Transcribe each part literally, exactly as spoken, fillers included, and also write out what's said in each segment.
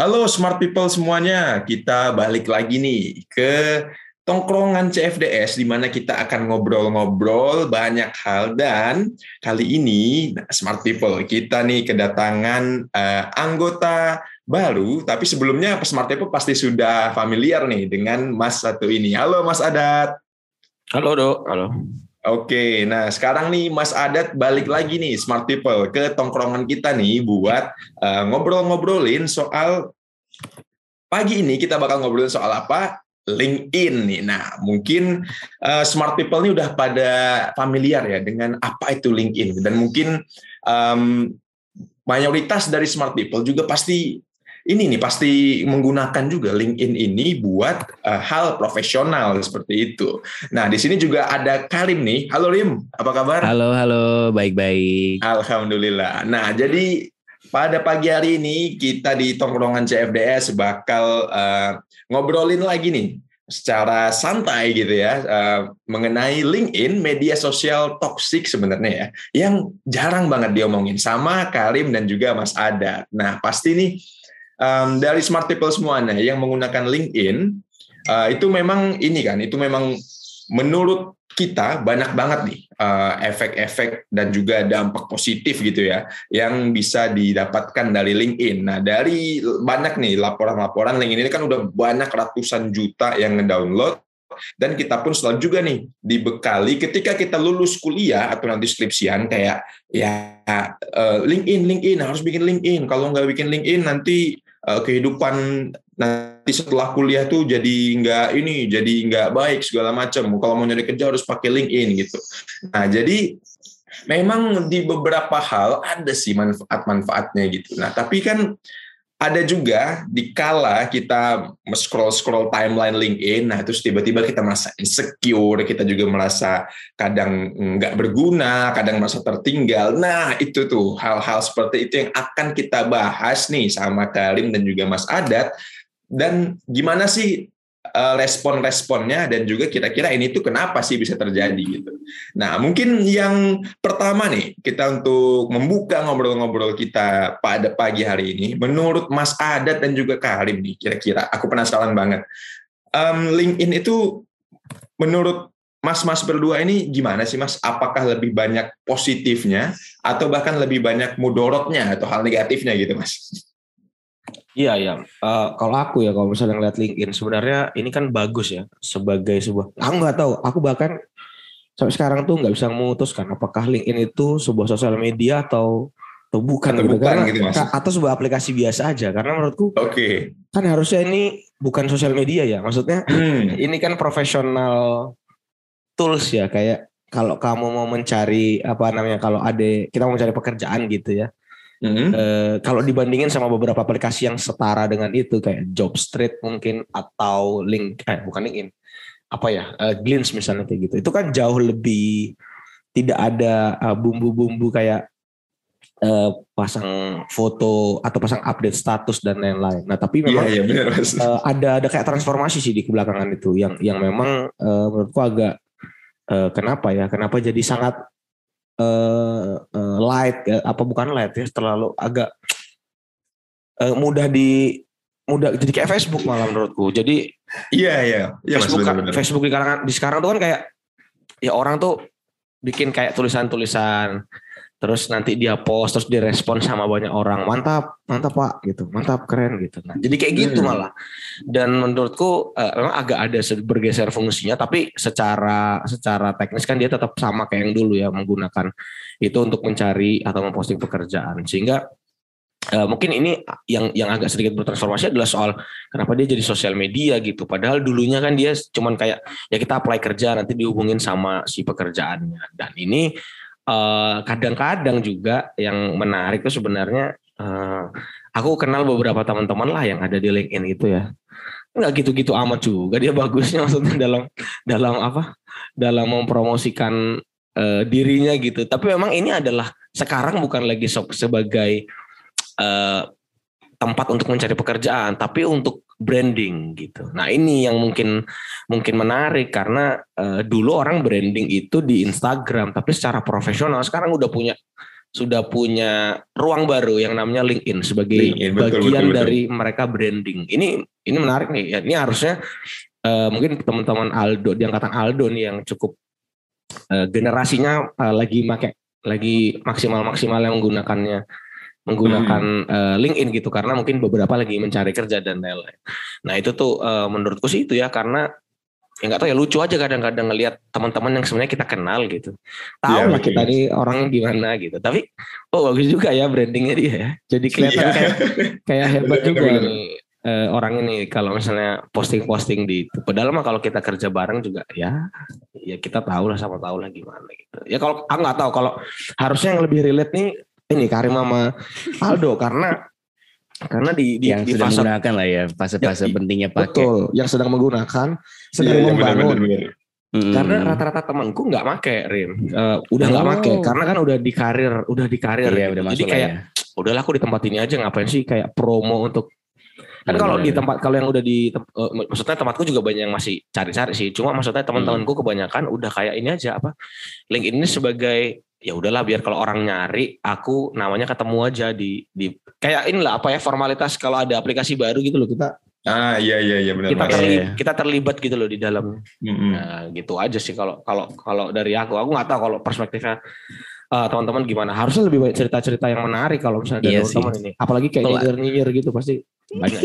Halo Smart People semuanya, kita balik lagi nih ke tongkrongan C F D S di mana kita akan ngobrol-ngobrol banyak hal dan kali ini Smart People kita nih kedatangan uh, anggota baru, tapi sebelumnya Smart People pasti sudah familiar nih dengan Mas satu ini. Halo Mas Adat. Halo Dok, halo. Oke, nah sekarang nih Mas Adat balik lagi nih Smart People ke tongkrongan kita nih buat uh, ngobrol-ngobrolin soal pagi ini kita bakal ngobrolin soal apa? LinkedIn nih. Nah, mungkin uh, Smart People nih udah pada familiar ya dengan apa itu LinkedIn dan mungkin um, mayoritas dari Smart People juga pasti ini nih pasti menggunakan juga LinkedIn ini buat uh, hal profesional seperti itu. Nah, di sini juga ada Karim nih. Halo Rim, apa kabar? Halo, halo, baik-baik. Alhamdulillah. Nah, jadi pada pagi hari ini kita di tongkrongan C F D S bakal uh, ngobrolin lagi nih secara santai gitu ya uh, mengenai LinkedIn, media sosial toksik sebenarnya ya, yang jarang banget diomongin sama Karim dan juga Mas Adat. Nah, pasti nih Um, dari Smart People semuanya yang menggunakan LinkedIn uh, itu memang ini kan, itu memang menurut kita banyak banget nih uh, efek-efek dan juga dampak positif gitu ya yang bisa didapatkan dari LinkedIn. Nah, dari banyak nih laporan-laporan LinkedIn ini kan udah banyak ratusan juta yang ngedownload. Dan kita pun selalu juga nih dibekali ketika kita lulus kuliah atau nanti skripsian kayak ya uh, LinkedIn, LinkedIn harus bikin LinkedIn. Kalau nggak bikin LinkedIn nanti uh, kehidupan nanti setelah kuliah tuh jadi nggak ini, jadi nggak baik segala macam. Kalau mau nyari kerja harus pakai LinkedIn gitu. Nah jadi memang di beberapa hal ada sih manfaat-manfaatnya gitu. Nah tapi kan ada juga dikala kita scroll-scroll timeline LinkedIn, nah terus tiba-tiba kita merasa insecure, kita juga merasa kadang nggak berguna, kadang merasa tertinggal. Nah itu tuh hal-hal seperti itu yang akan kita bahas nih sama Karim dan juga Mas Adat. Dan gimana sih respon-responnya dan juga kira-kira ini tuh kenapa sih bisa terjadi gitu. Nah mungkin yang pertama nih kita untuk membuka ngobrol-ngobrol kita pada pagi hari ini, menurut Mas Adat dan juga Karim nih kira-kira aku penasaran banget, um, LinkedIn itu menurut Mas-mas berdua ini gimana sih Mas? Apakah lebih banyak positifnya atau bahkan lebih banyak mudorotnya atau hal negatifnya gitu Mas? Iya, ya. Uh, kalau aku ya, kalau misalnya ngeliat LinkedIn, sebenarnya ini kan bagus ya sebagai sebuah. Aku nggak tahu. Aku bahkan sampai sekarang tuh nggak bisa memutuskan apakah LinkedIn itu sebuah sosial media atau atau bukan atau gitu. Bukan, karena gitu, Mas. Atau sebuah aplikasi biasa aja. Karena menurutku, oke, okay. Kan harusnya ini bukan sosial media ya. Maksudnya hmm. ini kan profesional tools ya. Kayak kalau kamu mau mencari apa namanya, kalau ada kita mau mencari pekerjaan gitu ya. Mm-hmm. Uh, kalau dibandingin sama beberapa aplikasi yang setara dengan itu kayak Jobstreet mungkin atau Link eh bukan LinkedIn apa ya uh, Glints misalnya kayak gitu, itu kan jauh lebih tidak ada uh, bumbu-bumbu kayak uh, pasang foto atau pasang update status dan lain-lain. Nah tapi memang yeah, yeah, bener, uh, ada ada kayak transformasi sih di kebelakangan itu yang yang memang uh, menurutku agak uh, kenapa ya kenapa jadi sangat Uh, uh, light uh, apa bukan light ya terlalu agak uh, mudah di mudah jadi kayak Facebook malah menurutku. Jadi iya iya ya, Facebook mas, bener, bener. Facebook di kalangan di sekarang tuh kan kayak ya orang tuh bikin kayak tulisan-tulisan terus nanti dia post terus direspon sama banyak orang, mantap mantap Pak gitu, mantap keren gitu. Nah jadi kayak gitu hmm. malah. Dan menurutku uh, memang agak ada bergeser fungsinya, tapi secara secara teknis kan dia tetap sama kayak yang dulu ya, menggunakan itu untuk mencari atau memposting pekerjaan. Sehingga uh, mungkin ini yang yang agak sedikit bertransformasi adalah soal kenapa dia jadi sosial media gitu. Padahal dulunya kan dia cuman kayak ya kita apply kerja nanti dihubungin sama si pekerjaannya. Dan ini Uh, kadang-kadang juga yang menarik itu sebenarnya uh, aku kenal beberapa teman-teman lah yang ada di LinkedIn itu ya, nggak gitu-gitu amat juga dia bagusnya maksudnya dalam dalam apa dalam mempromosikan uh, dirinya gitu. Tapi memang ini adalah sekarang bukan lagi sebagai uh, tempat untuk mencari pekerjaan, tapi untuk branding gitu. Nah ini yang mungkin mungkin menarik karena uh, dulu orang branding itu di Instagram, tapi secara profesional sekarang udah punya sudah punya ruang baru yang namanya LinkedIn sebagai LinkedIn, betul, bagian betul, betul. dari mereka branding. Ini ini menarik nih. Ya, ini harusnya uh, mungkin teman-teman Aldo di angkatan Aldo nih yang cukup uh, generasinya uh, lagi make lagi maksimal-maksimal yang menggunakannya menggunakan hmm. uh, LinkedIn gitu karena mungkin beberapa lagi mencari kerja dan lain-lain. Nah, itu tuh uh, menurutku sih itu ya karena ya nggak tahu ya lucu aja kadang-kadang ngelihat teman-teman yang sebenarnya kita kenal gitu. Tahu ya, lah kita nih orangnya gimana gitu. Tapi oh bagus juga ya brandingnya dia ya. Jadi kelihatan ya. kayak kayak hebat bener, juga bener. nih uh, orang ini kalau misalnya posting-posting di itu. Padahal mah kalau kita kerja bareng juga ya ya kita tahu lah sama tahu lah gimana gitu. Ya kalau aku nggak tahu kalau harusnya yang lebih relate nih ini Karim sama Aldo karena karena di, di yang di sedang fase, menggunakan lah ya fase-fase ya, pentingnya pakai. Betul, yang sedang menggunakan, sedang ya, membangun. Ya, bener, bener, bener. Karena hmm. rata-rata temanku nggak make Rim, uh, udah nggak oh. make karena kan udah di karir, udah di karir. Iya, gitu. udah Jadi kayak, ya. udahlah aku di tempat ini aja ngapain sih kayak promo untuk. Kan kalau di tempat kalau yang udah di, uh, maksudnya tempatku juga banyak yang masih cari-cari sih. Cuma maksudnya teman-temanku kebanyakan udah kayak ini aja apa, LinkedIn ini sebagai ya udahlah biar kalau orang nyari aku namanya ketemu aja di di kayak inilah apa ya formalitas kalau ada aplikasi baru gitu loh kita ah iya iya iya benar kita terlibat, kita terlibat gitu loh di dalamnya. Mm-hmm. Nah, gitu aja sih kalau kalau kalau dari aku aku nggak tahu kalau perspektifnya uh, teman-teman gimana. Harusnya lebih banyak cerita-cerita yang menarik kalau misalnya dari iya teman-teman ini apalagi kayak nyinyir-nyinyir gitu pasti banyak.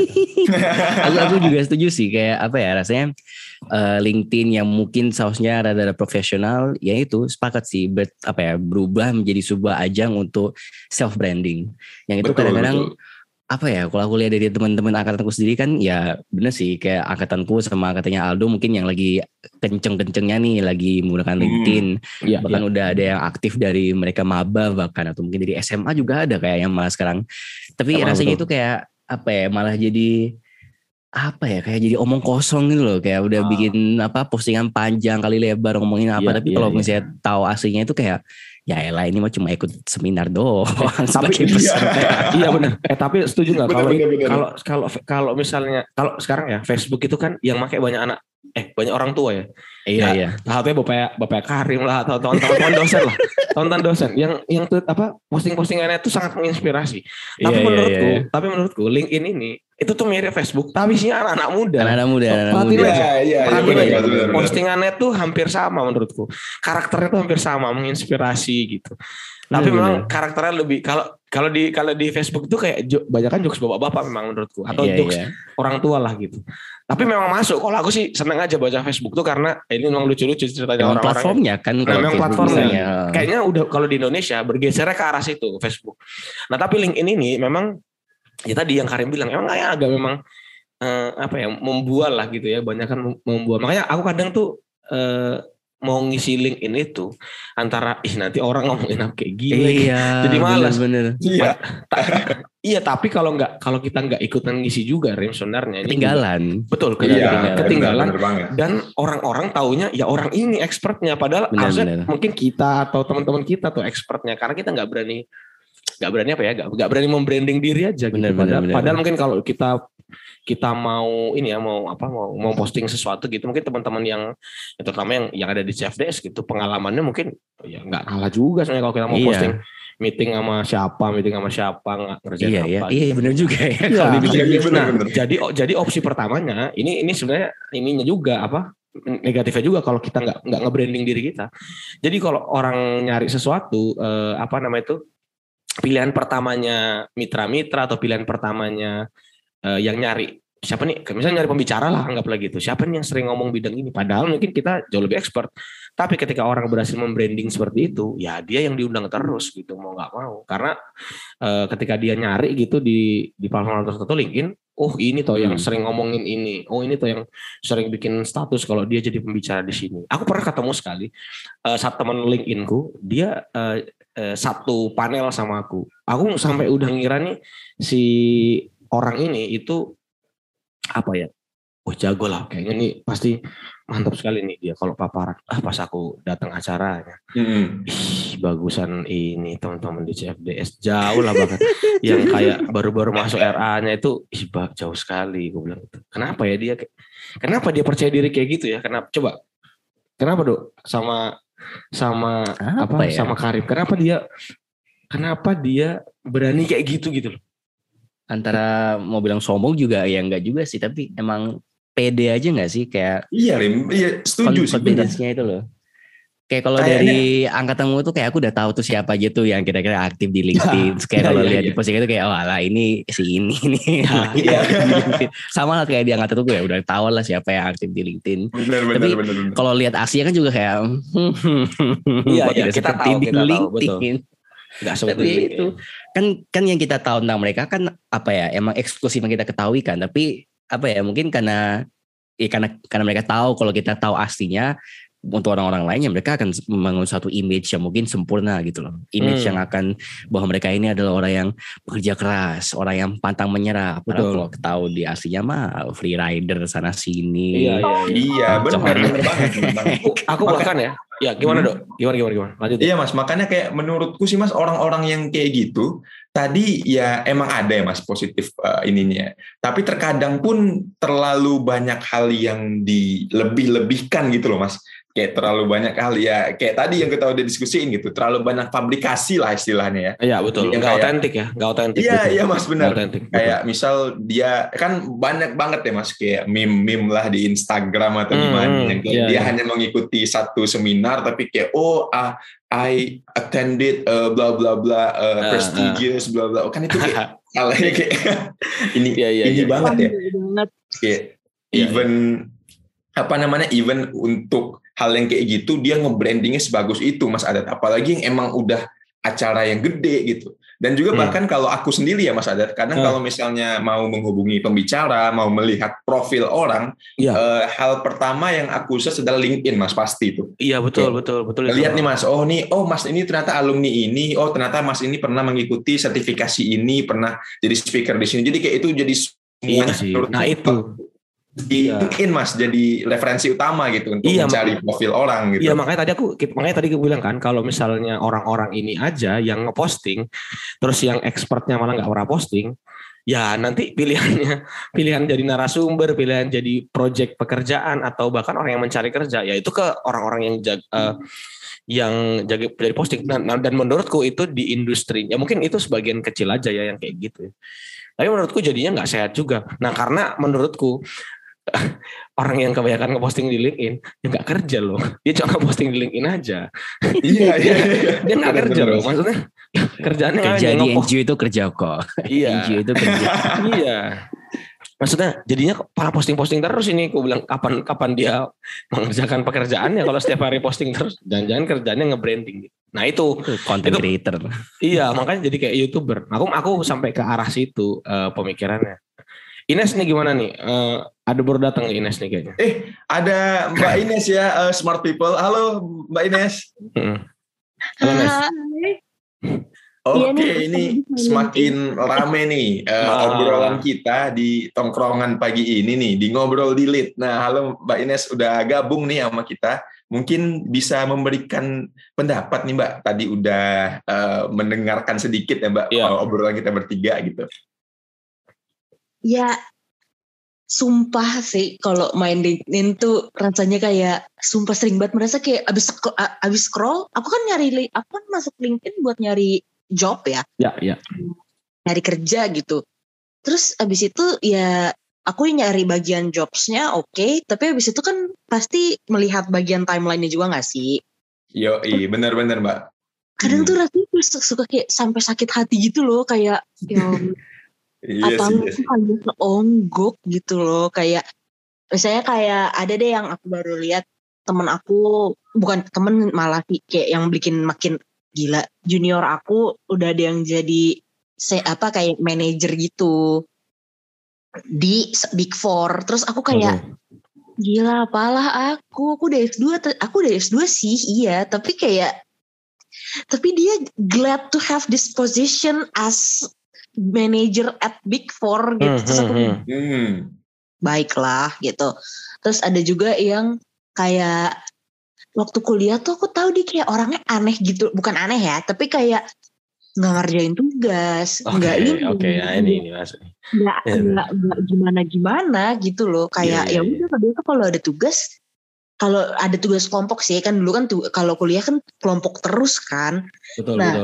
aku, aku juga setuju sih kayak apa ya rasanya uh, LinkedIn yang mungkin sausnya rada-rada profesional ya itu sepakat sih ber, apa ya berubah menjadi sebuah ajang untuk self branding yang itu betul, kadang-kadang betul. Apa ya kalau aku lihat dari teman-teman angkatanku sendiri kan ya bener sih kayak angkatanku sama angkatannya Aldo mungkin yang lagi kenceng-kencengnya nih lagi menggunakan LinkedIn hmm, ya, bahkan ya. Udah ada yang aktif dari mereka maba bahkan atau mungkin dari S M A juga ada kayak yang malah sekarang tapi Emang rasanya betul. Itu kayak apa ya malah jadi apa ya kayak jadi omong kosong gitu loh kayak udah ah. bikin apa postingan panjang kali lebar ngomongin apa ya, tapi ya, kalau ya. Misalnya tahu aslinya itu kayak ya elah ini mah cuma ikut seminar doang tapi iya, iya benar eh tapi setuju nggak kalau kalau kalau kalau misalnya kalau sekarang ya Facebook itu kan yang pakai banyak anak eh banyak orang tua ya iya ya, iya tahapnya bapak bapak Karim lah atau teman-teman dosen lah teman dosen yang yang tuh apa posting-postingannya itu sangat menginspirasi tapi iya, menurutku iya, iya. tapi menurutku LinkedIn ini itu tuh mirip Facebook tapi isinya anak-anak muda anak-anak muda so, anak muda aja iya, iya, iya, benar, benar, benar. Postingannya tuh hampir sama menurutku karakternya tuh hampir sama menginspirasi gitu tapi benar, memang benar. Karakternya lebih kalau kalau di kalau di Facebook tuh kayak banyak kan jokes bapak-bapak memang menurutku atau iya, jokes iya. orang tua lah gitu tapi memang masuk kalau aku sih seneng aja baca Facebook tuh karena ini memang lucu-lucu ceritanya orang-orang platformnya kan nah, memang platformnya kayaknya udah kalau di Indonesia bergesernya ke arah situ Facebook nah tapi LinkedIn ini memang ya tadi yang Karim bilang emang kayak agak memang eh, apa ya membual lah gitu ya banyak kan membual makanya aku kadang tuh eh, mau ngisi LinkedIn itu antara ih nanti orang ngomongin apa kayak gini iya, jadi malas bener, bener. iya iya tapi kalau nggak kalau kita nggak ikutan ngisi juga Rim sebenarnya ketinggalan betul iya, ketinggalan, ketinggalan. Dan orang-orang taunya ya orang ini expertnya padahal bener, harusnya bener. Mungkin kita atau teman-teman kita tuh expertnya karena kita nggak berani nggak berani apa ya nggak berani membranding diri aja bener, gitu. Padahal, bener, padahal bener. Mungkin kalau kita kita mau ini ya mau apa mau mau posting sesuatu gitu mungkin teman-teman yang ya, terutama yang yang ada di C F D S gitu pengalamannya mungkin ya nggak kalah juga sebenarnya kalau kita mau iya. posting meeting sama siapa meeting sama siapa ngerjain iya, apa iya iya benar juga ya, ya. Kalau iya, iya, bener, nah bener. jadi jadi opsi pertamanya ini ini sebenarnya ininya juga apa negatifnya juga kalau kita nggak nggak nge-branding diri kita jadi kalau orang nyari sesuatu eh, apa namanya itu pilihan pertamanya mitra-mitra atau pilihan pertamanya Uh, yang nyari siapa nih misalnya nyari pembicara lah anggaplah gitu siapa nih yang sering ngomong bidang ini padahal mungkin kita jauh lebih expert tapi ketika orang berhasil membranding seperti itu ya dia yang diundang terus gitu mau nggak mau karena uh, ketika dia nyari gitu di di platform tertentu LinkedIn oh ini toh yang hmm. sering ngomongin ini oh ini toh yang sering bikin status kalau dia jadi pembicara di sini aku pernah ketemu sekali uh, satu teman LinkedIn-ku dia uh, uh, satu panel sama aku aku sampai udah ngira nih si orang ini itu apa ya? Oh jago lah, kayaknya nih pasti mantap sekali nih dia kalau paparan. Ah pas aku datang acaranya, mm-hmm. ih bagusan ini teman-teman di C F D S jauh lah bahkan. Yang kayak baru-baru masuk R A-nya itu, ih bah, jauh sekali. Gue bilang itu. Kenapa ya dia? Kenapa dia percaya diri kayak gitu ya? Kenapa? Coba, kenapa dok? Sama sama apa? apa ya? Sama Karim. Kenapa dia kenapa dia berani kayak gitu gitu loh. Antara mau bilang sombong juga ya enggak juga sih, tapi emang pede aja enggak sih kayak Iya, Rim. Iya, setuju sih. Confidence-nya itu loh. Kayak kalau dari angkatanmu tuh kayak aku udah tahu tuh siapa aja tuh yang kira-kira aktif di LinkedIn. Terus kayak Ya, kalau ya, lihat ya. di postingan itu kayak oh alah ini si ini nih. Ya, Ini iya. aktif di LinkedIn. Sama lah kayak di angkatan tuh gue ya udah tahu lah siapa yang aktif di LinkedIn. Benar, benar, Tapi benar, benar. kalau lihat Asia kan juga kayak Iya, kok iya, tidak kita seperti tahu, di kita tahu, LinkedIn. Nggak Tapi seperti itu kan kan yang kita tahu tentang mereka kan apa ya emang eksklusif yang kita ketahui kan. Tapi apa ya mungkin karena ya karena karena mereka tahu kalau kita tahu aslinya, untuk orang-orang lainnya mereka akan membangun satu image yang mungkin sempurna gitu loh. Image Hmm. yang akan bahwa mereka ini adalah orang yang bekerja keras, orang yang pantang menyerah. Padahal Betul. kalau tahu di aslinya mah free rider sana sini. Iya, iya, iya. Iya, benar, Coklat. benar banget. benar banget. Aku, aku Maka- bahkan ya, ya gimana Hmm. dok? Gimana gimana gimana? Lanjut. Iya Mas, makanya kayak menurutku sih Mas orang-orang yang kayak gitu tadi ya emang ada ya Mas positif uh, ininya. Tapi terkadang pun terlalu banyak hal yang dilebih-lebihkan gitu loh Mas. Kayak terlalu banyak hal ya kayak tadi yang kita udah diskusiin gitu. Terlalu banyak publikasi lah istilahnya ya. Iya betul. Yang Nggak kayak- otentik ya, nggak otentik. Iya betul. iya Mas benar. Nggak otentik. betul. Kayak misal dia kan banyak banget ya Mas kayak meme-meme lah di Instagram atau Hmm, gimana hmm, yang kayak iya, dia iya. hanya mengikuti satu seminar tapi kayak oh ah I attended uh, bla bla bla uh, Ah, prestigious bla bla kan itu kayak salahnya kayak ini Iya, iya, ini iya. banget ya banget. kayak Iya, even apa namanya even untuk hal yang kayak gitu dia nge-brandingnya sebagus itu Mas Adat apalagi yang emang udah acara yang gede gitu dan juga Hmm. bahkan kalau aku sendiri ya Mas Adat kadang Hmm. kalau misalnya mau menghubungi pembicara mau melihat profil orang Iya. eh, hal pertama yang aku search adalah LinkedIn Mas pasti itu Iya betul Oke. betul betul. itu. lihat nih Mas oh nih oh Mas ini ternyata alumni ini oh ternyata Mas ini pernah mengikuti sertifikasi ini pernah jadi speaker di sini jadi kayak itu jadi Iya semuanya sih. menurutku Nah itu. di Iya. LinkedIn Mas jadi referensi utama gitu untuk Iya, mencari profil orang gitu. Iya makanya tadi aku makanya tadi aku bilang kan kalau misalnya orang-orang ini aja yang ngeposting terus yang expertnya malah nggak pernah posting ya nanti pilihannya pilihan jadi narasumber pilihan jadi project pekerjaan atau bahkan orang yang mencari kerja ya itu ke orang-orang yang jag, eh, yang jaga jadi posting dan, dan menurutku itu di industri ya mungkin itu sebagian kecil aja ya yang kayak gitu tapi menurutku jadinya nggak sehat juga nah karena menurutku orang yang kebanyakan ngeposting di LinkedIn ya nggak kerja loh dia cuma ngeposting di LinkedIn aja Iya iya. dia nggak Bener, kerja bener, loh Mas. maksudnya kerjaannya Kerja hanya di ngepost N G O itu kerja kok. iya N G O itu kerja. iya maksudnya jadinya para posting-posting terus ini aku bilang kapan kapan dia mengerjakan pekerjaannya kalau setiap hari posting terus jangan-jangan kerjaannya nge-branding nah itu Itu content Itu- creator. iya makanya jadi kayak YouTuber aku aku sampai ke arah situ eh, pemikirannya Ines nih gimana nih Eh, ada baru datang nih Ines nih kayaknya Eh ada Mbak Ines ya uh, Smart People. Halo Mbak Ines. Heeh. Halo, Nes. Hai. Oke Iya nih, ini aku semakin rame nih uh, Ah. obrolan kita di tongkrongan pagi ini nih di ngobrol di Lead. Nah halo Mbak Ines udah gabung nih sama kita. Mungkin bisa memberikan pendapat nih Mbak. Tadi udah uh, mendengarkan sedikit ya Mbak Iya. uh, obrolan kita bertiga gitu. Ya, sumpah sih kalau main LinkedIn tuh rasanya kayak sumpah sering banget merasa kayak abis scroll, abis scroll aku kan nyari li- aku kan masuk LinkedIn buat nyari job ya, ya ya nyari kerja gitu. Terus abis itu ya aku nyari bagian jobsnya oke, tapi abis itu kan pasti melihat bagian timelinenya juga nggak sih? Yo iya benar-benar Mbak. Kadang Hmm. tuh rasanya tuh suka kayak sampai sakit hati gitu loh kayak ya Iya apa sih, lu iya tuh sih. hanya seonggok gitu loh kayak misalnya kayak ada deh yang aku baru lihat temen aku bukan temen malah sih kayak yang bikin makin gila junior aku udah ada yang jadi se apa kayak manajer gitu di Big Four terus aku kayak gila apalah aku aku udah S dua te- aku udah S dua sih iya tapi kayak tapi dia glad to have this position as manager at Big Four gitu Hmm, terus aku hmm, hmm. Hmm. baiklah gitu terus ada juga yang kayak waktu kuliah tuh aku tahu dia kayak orangnya aneh gitu bukan aneh ya tapi kayak nggak ngerjain tugas Oke, nggak ini oke, ya ini ini mas. nggak Ya. nggak nggak gimana gimana gitu loh kayak Iya, iya, ya udah dia tuh kalau ada tugas kalau ada tugas kelompok sih kan dulu kan tuh kalau kuliah kan kelompok terus kan Betul, Nah, betul.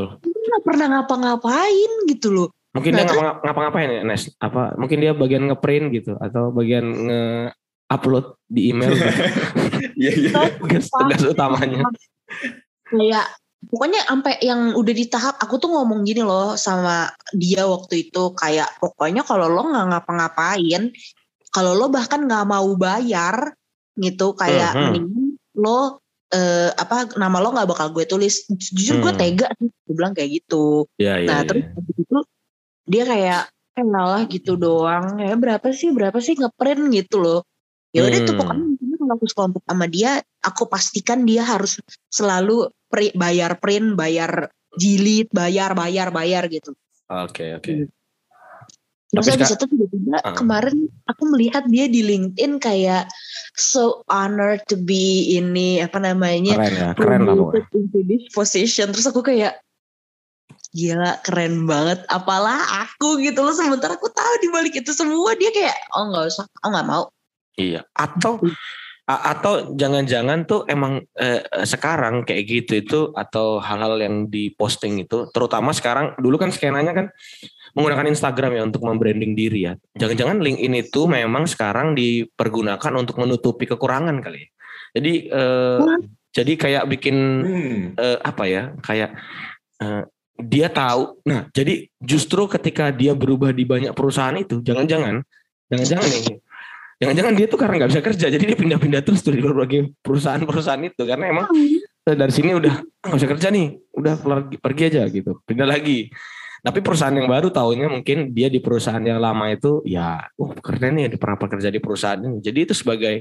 nggak pernah ngapa-ngapain gitu loh. Mungkin Nah, dia terus- ngapa- ngapa-ngapain ya Nes? Apa mungkin dia bagian ngeprint gitu atau bagian nge-upload di email gitu. Iya, iya. tugas, tugas utamanya. Kayak pokoknya sampai yang udah di tahap aku tuh ngomong gini loh sama dia waktu itu, kayak pokoknya kalau lo nggak ngapa-ngapain, kalau lo bahkan nggak mau bayar gitu, kayak Mhm. mendingan lo eh, apa nama lo nggak bakal gue tulis. Jujur gue Hmm. tega sih, gue bilang kayak gitu. Iya, iya. Nah iya. terus habis itu dia kayak kenal lah gitu doang, ya berapa sih berapa sih ngeprint gitu loh. Ya udah tuh Hmm. pokoknya intinya kalau aku sekelompok sama dia, aku pastikan dia harus selalu pri- bayar print, bayar jilid, bayar bayar bayar gitu. Oke, oke. Terus Tapi habis seka- itu tiba-tiba Ah. kemarin aku melihat dia di LinkedIn kayak so honored to be ini apa namanya Keren ya, keren lah pokoknya. promoted into this position. Terus aku kayak gila keren banget, apalah aku gitu loh, sementara aku tahu di balik itu semua dia kayak oh nggak usah, oh nggak mau. Iya. Atau a- atau jangan-jangan tuh emang eh, sekarang kayak gitu itu atau hal-hal yang diposting itu, terutama sekarang dulu kan skenanya kan menggunakan Instagram ya untuk membranding diri ya. Jangan-jangan LinkedIn itu memang sekarang dipergunakan untuk menutupi kekurangan kali. ya. Jadi eh, Wah. jadi kayak bikin Hmm. eh, apa ya? Kayak eh, dia tahu. Nah, jadi justru ketika dia berubah di banyak perusahaan itu, jangan-jangan, jangan-jangan nih, jangan-jangan dia tuh karena nggak bisa kerja, jadi dia pindah-pindah terus tuh di berbagai perusahaan-perusahaan itu, karena emang eh, dari sini udah "Ah, nggak bisa kerja nih, udah pergi, pergi aja gitu, pindah lagi. Tapi perusahaan yang baru tahunya mungkin dia di perusahaan yang lama itu, ya, oh keren nih, dia pernah bekerja di perusahaan ini. Jadi itu sebagai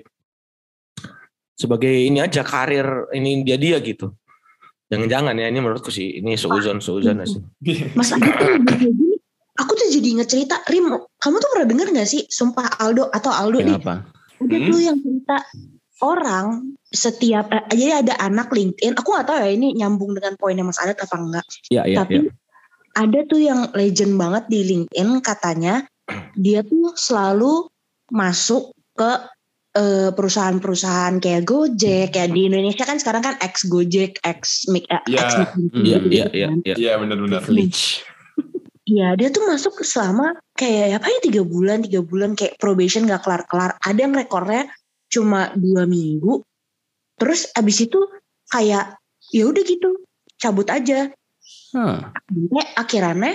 sebagai ini aja karir ini dia dia gitu. Jangan-jangan ya, ini menurutku sih, ini seuzon seuzon sih. Mas Adi tuh ngomong kayak gini, aku tuh jadi inget cerita, Rim, kamu tuh pernah denger gak sih, sumpah Aldo atau Aldo nih, Kenapa? ada Hmm? tuh yang cerita orang setiap, eh, jadi ada anak LinkedIn, aku gak tahu ya ini nyambung dengan poinnya Mas Adat apa enggak, Iya, iya, tapi iya. ada tuh yang legend banget di LinkedIn, katanya dia tuh selalu masuk ke eh, perusahaan-perusahaan kayak Gojek, kayak di Indonesia kan sekarang kan ex Gojek, ex Mik, eh, Ya. ex McDonald's Iya, gitu iya, kan. iya, iya. Iya, benar-benar. Privilege. Iya, dia tuh masuk selama kayak apa ya tiga bulan, tiga bulan kayak probation gak kelar-kelar. Ada yang rekornya cuma dua minggu. Terus abis itu kayak ya udah gitu, cabut aja. Hah. Sampai akhirnya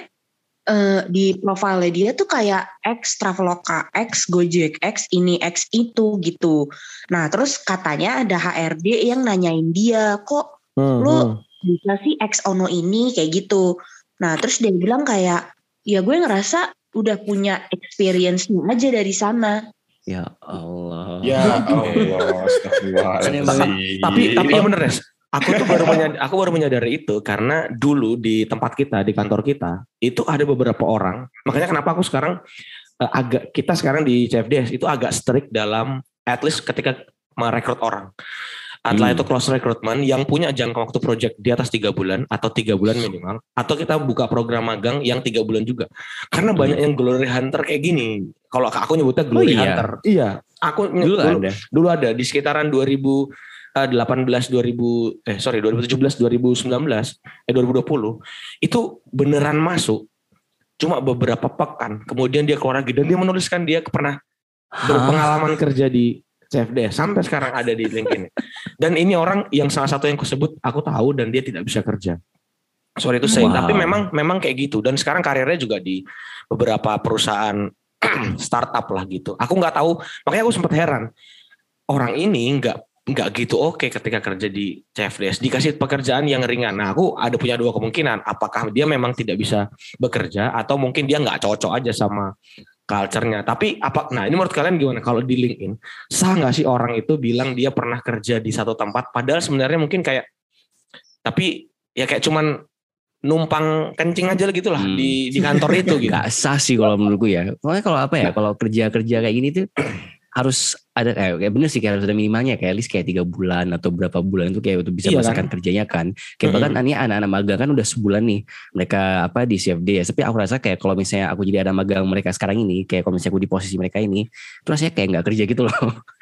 eh, di profile dia tuh kayak ex Traveloka, ex Gojek, ex ini, ex itu gitu. Nah terus katanya ada H R D yang nanyain dia, kok Hmm, lu hmm. bisa sih ex ono ini kayak gitu. Nah terus dia bilang kayak ya gue ngerasa udah punya experience-nya aja dari sana. Ya Allah. Ya Allah, astagfirullahaladzim. Tapi tapi ya bener Nes. Aku tuh baru menyadari, aku baru menyadari itu karena dulu di tempat kita, di kantor kita itu ada beberapa orang. Makanya kenapa aku sekarang eh, agak kita sekarang di C F D S itu agak strict dalam at least ketika merekrut orang. Atau Hmm. itu close recruitment yang punya jangka waktu project di atas tiga bulan atau tiga bulan minimal, atau kita buka program magang yang tiga bulan juga. Karena Hmm. banyak yang glory hunter kayak gini. Kalau aku nyebutnya glory Oh, iya? hunter. Iya, aku ny- Dulu dulu, ada. dulu ada di sekitaran dua ribu delapan belas dua ribu eh sorry dua ribu tujuh belas dua ribu sembilan belas eh dua ribu dua puluh itu beneran masuk cuma beberapa pekan, kemudian dia keluar lagi dan dia menuliskan dia pernah berpengalaman kerja di C F D S, sampai sekarang ada di LinkedIn. Dan ini orang yang salah satu yang kusebut aku tahu dan dia tidak bisa kerja. Sorry itu saya, Wow. tapi memang memang kayak gitu dan sekarang karirnya juga di beberapa perusahaan startup lah gitu. Aku nggak tahu, makanya aku sempat heran orang ini nggak nggak gitu oke ketika kerja di C F D S, dikasih pekerjaan yang ringan. Nah aku ada punya dua kemungkinan, apakah dia memang tidak bisa bekerja atau mungkin dia nggak cocok aja sama culture-nya. Tapi apa? Nah ini menurut kalian gimana kalau di LinkedIn sah nggak sih orang itu bilang dia pernah kerja di satu tempat, padahal sebenarnya mungkin kayak tapi ya kayak cuman numpang kencing aja gitu lah Hmm. di di kantor itu gitu. Gak sah sih kalau menurutku ya. Pokoknya kalau apa ya, kalau kerja-kerja kayak gini tuh harus ada kayak, kayak bener sih kayak harus ada minimalnya kayak at least kayak tiga bulan atau berapa bulan itu kayak untuk bisa Iya merasakan kan? kerjanya kan. Kayak bahkan ini anak-anak magang kan udah sebulan nih mereka apa di C F D ya. Tapi aku rasa kayak kalau misalnya aku jadi anak magang mereka sekarang ini, kayak kalau misalnya aku di posisi mereka ini, itu rasanya kayak nggak kerja gitu loh.